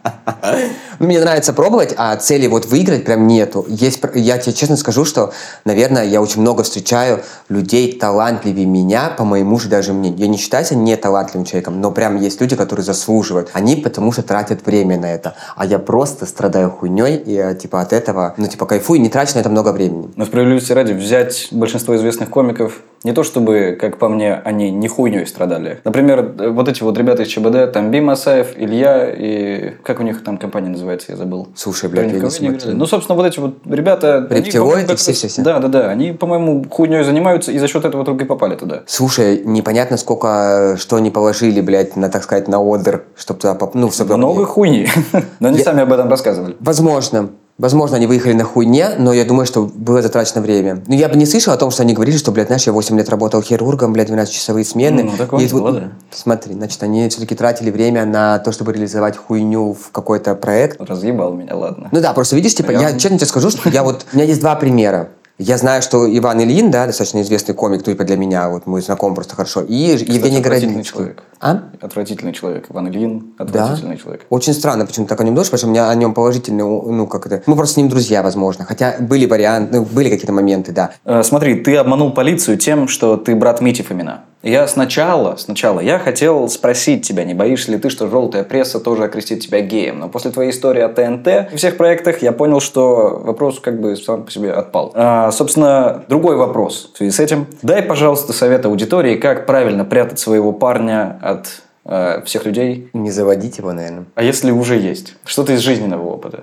Ну, мне нравится пробовать, а цели вот выиграть прям нету. Есть, я тебе честно скажу, что, наверное, я очень много встречаю людей талантливее меня, по моему же даже мнению. Я не считаю себя не талантливым человеком, но прям есть люди, которые заслуживают. Они потому что тратят время на это. А я просто страдаю хуйней и, типа, от этого, ну, типа, кайфую и не трачу на это много времени. Но справедливости ради, взять большинство известных комиков, не то чтобы, как по мне, они не хуйней страдали. Например, вот эти вот ребята из ЧБД, там Бим Асаев, Илья и... Как у них там компания называется, я забыл. Слушай, блядь, я не смотрю. Ну, собственно, вот эти вот ребята... Рептилоиды, все-все-все. Да, да, да. Они, по-моему, хуйней занимаются и за счет этого только и попали туда. Слушай, непонятно, сколько, что они положили, блядь, на, так сказать, на одер, чтобы туда поп... ну, чтобы... Много хуйни. Но они Я... сами об этом рассказывали. Возможно. Возможно, они выехали на хуйне, но я думаю, что было затрачено время. Но я бы не слышал о том, что они говорили, что, блядь, знаешь, я восемь лет работал хирургом, блядь, двенадцатичасовые смены. Ну, такое и было, тут... да. Смотри, значит, они все-таки тратили время на то, чтобы реализовать хуйню в какой-то проект. Разъебал меня, ладно. Ну да, просто видишь, типа, я, я честно тебе скажу, что я вот... У меня есть два примера. Я знаю, что Иван Ильин, да, достаточно известный комик, только для меня, вот мы знакомы просто хорошо, и Кстати, Евгений Городницкий. Человек. А? Отвратительный человек. Иван Ильин отвратительный да? человек. Очень странно, почему ты так о нем думаешь, потому что у меня о нем положительный, ну, как это... Мы просто с ним друзья, возможно. Хотя были варианты, ну, были какие-то моменты, да. Э, смотри, ты обманул полицию тем, что ты брат Мити Фомина. Я сначала, сначала, я хотел спросить тебя, не боишься ли ты, что желтая пресса тоже окрестит тебя геем. Но после твоей истории о ТНТ и всех проектах я понял, что вопрос как бы сам по себе отпал. А, собственно, другой вопрос в связи с этим. Дай, пожалуйста, совет аудитории, как правильно прятать своего парня от э, всех людей. Не заводить его, наверное. А если уже есть? Что-то из жизненного опыта.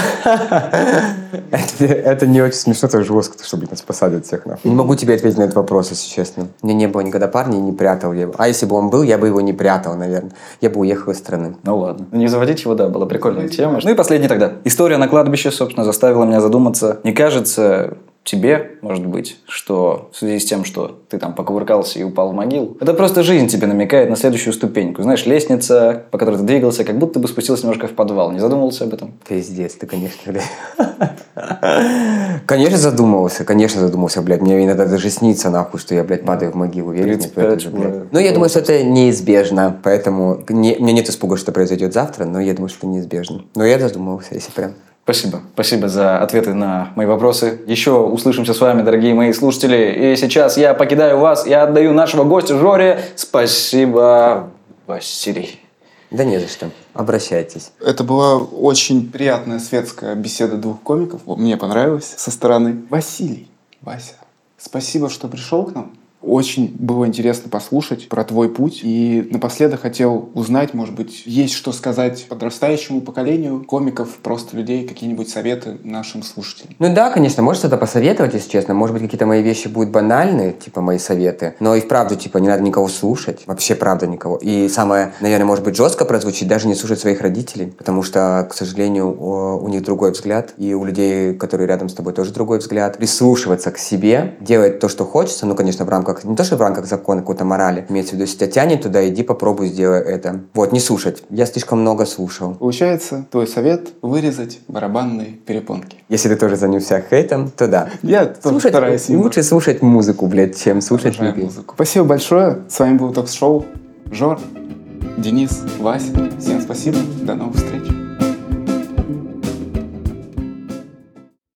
это, это не очень смешно, это жестко, чтобы нас посадят всех нахуй. Не могу тебе ответить на этот вопрос, если честно. У меня не было никогда парня, и не прятал я его. А если бы он был, я бы его не прятал, наверное. Я бы уехал из страны. Ну ладно. Не заводить его, да, была прикольная тема. Ну и последний тогда. История на кладбище, собственно, заставила меня задуматься. Не кажется... тебе, может быть, что в связи с тем, что ты там покувыркался и упал в могилу, это просто жизнь тебе намекает на следующую ступеньку. Знаешь, лестница, по которой ты двигался, как будто бы спустился немножко в подвал. Не задумывался об этом? Пиздец, ты, конечно, блядь. Конечно, задумывался, конечно, задумывался, блядь. Мне иногда даже снится, нахуй, что я, блядь, падаю в могилу. Верить в это же, блядь. Ну, я думаю, что это неизбежно, поэтому не, у меня нет испуга, что это произойдет завтра, но я думаю, что это неизбежно. Но я задумывался, если прям... Спасибо. Спасибо за ответы на мои вопросы. Еще услышимся с вами, дорогие мои слушатели. И сейчас я покидаю вас и отдаю нашего гостя Жоре. Спасибо, Василий. Да не за что. Обращайтесь. Это была очень приятная светская беседа двух комиков. Мне понравилось со стороны. Василий, Вася, спасибо, что пришел к нам. Очень было интересно послушать про твой путь. И напоследок хотел узнать, может быть, есть что сказать подрастающему поколению комиков, просто людей, какие-нибудь советы нашим слушателям. Ну да, конечно, может что-то посоветовать, если честно. Может быть, какие-то мои вещи будут банальные, типа мои советы. Но и вправду, типа, не надо никого слушать. Вообще, правда, никого. И самое, наверное, может быть, жестко прозвучит, даже не слушать своих родителей. Потому что, к сожалению, у них другой взгляд. И у людей, которые рядом с тобой, тоже другой взгляд. Прислушиваться к себе, делать то, что хочется. Ну, конечно, в рамках, не то, что в рамках закона, какой-то морали. Имеется в виду, если тебя тянет туда, иди попробуй, сделай это. Вот, не слушать. Я слишком много слушал. Получается, твой совет — вырезать барабанные перепонки. Если ты тоже занялся хейтом, то да. Я тоже Слушать, стараюсь. лучше слушать музыку, блядь, чем слушать Обожаю людей. музыку. Спасибо большое. С вами был Токс-шоу. Жор, Денис, Вася. Всем спасибо. До новых встреч.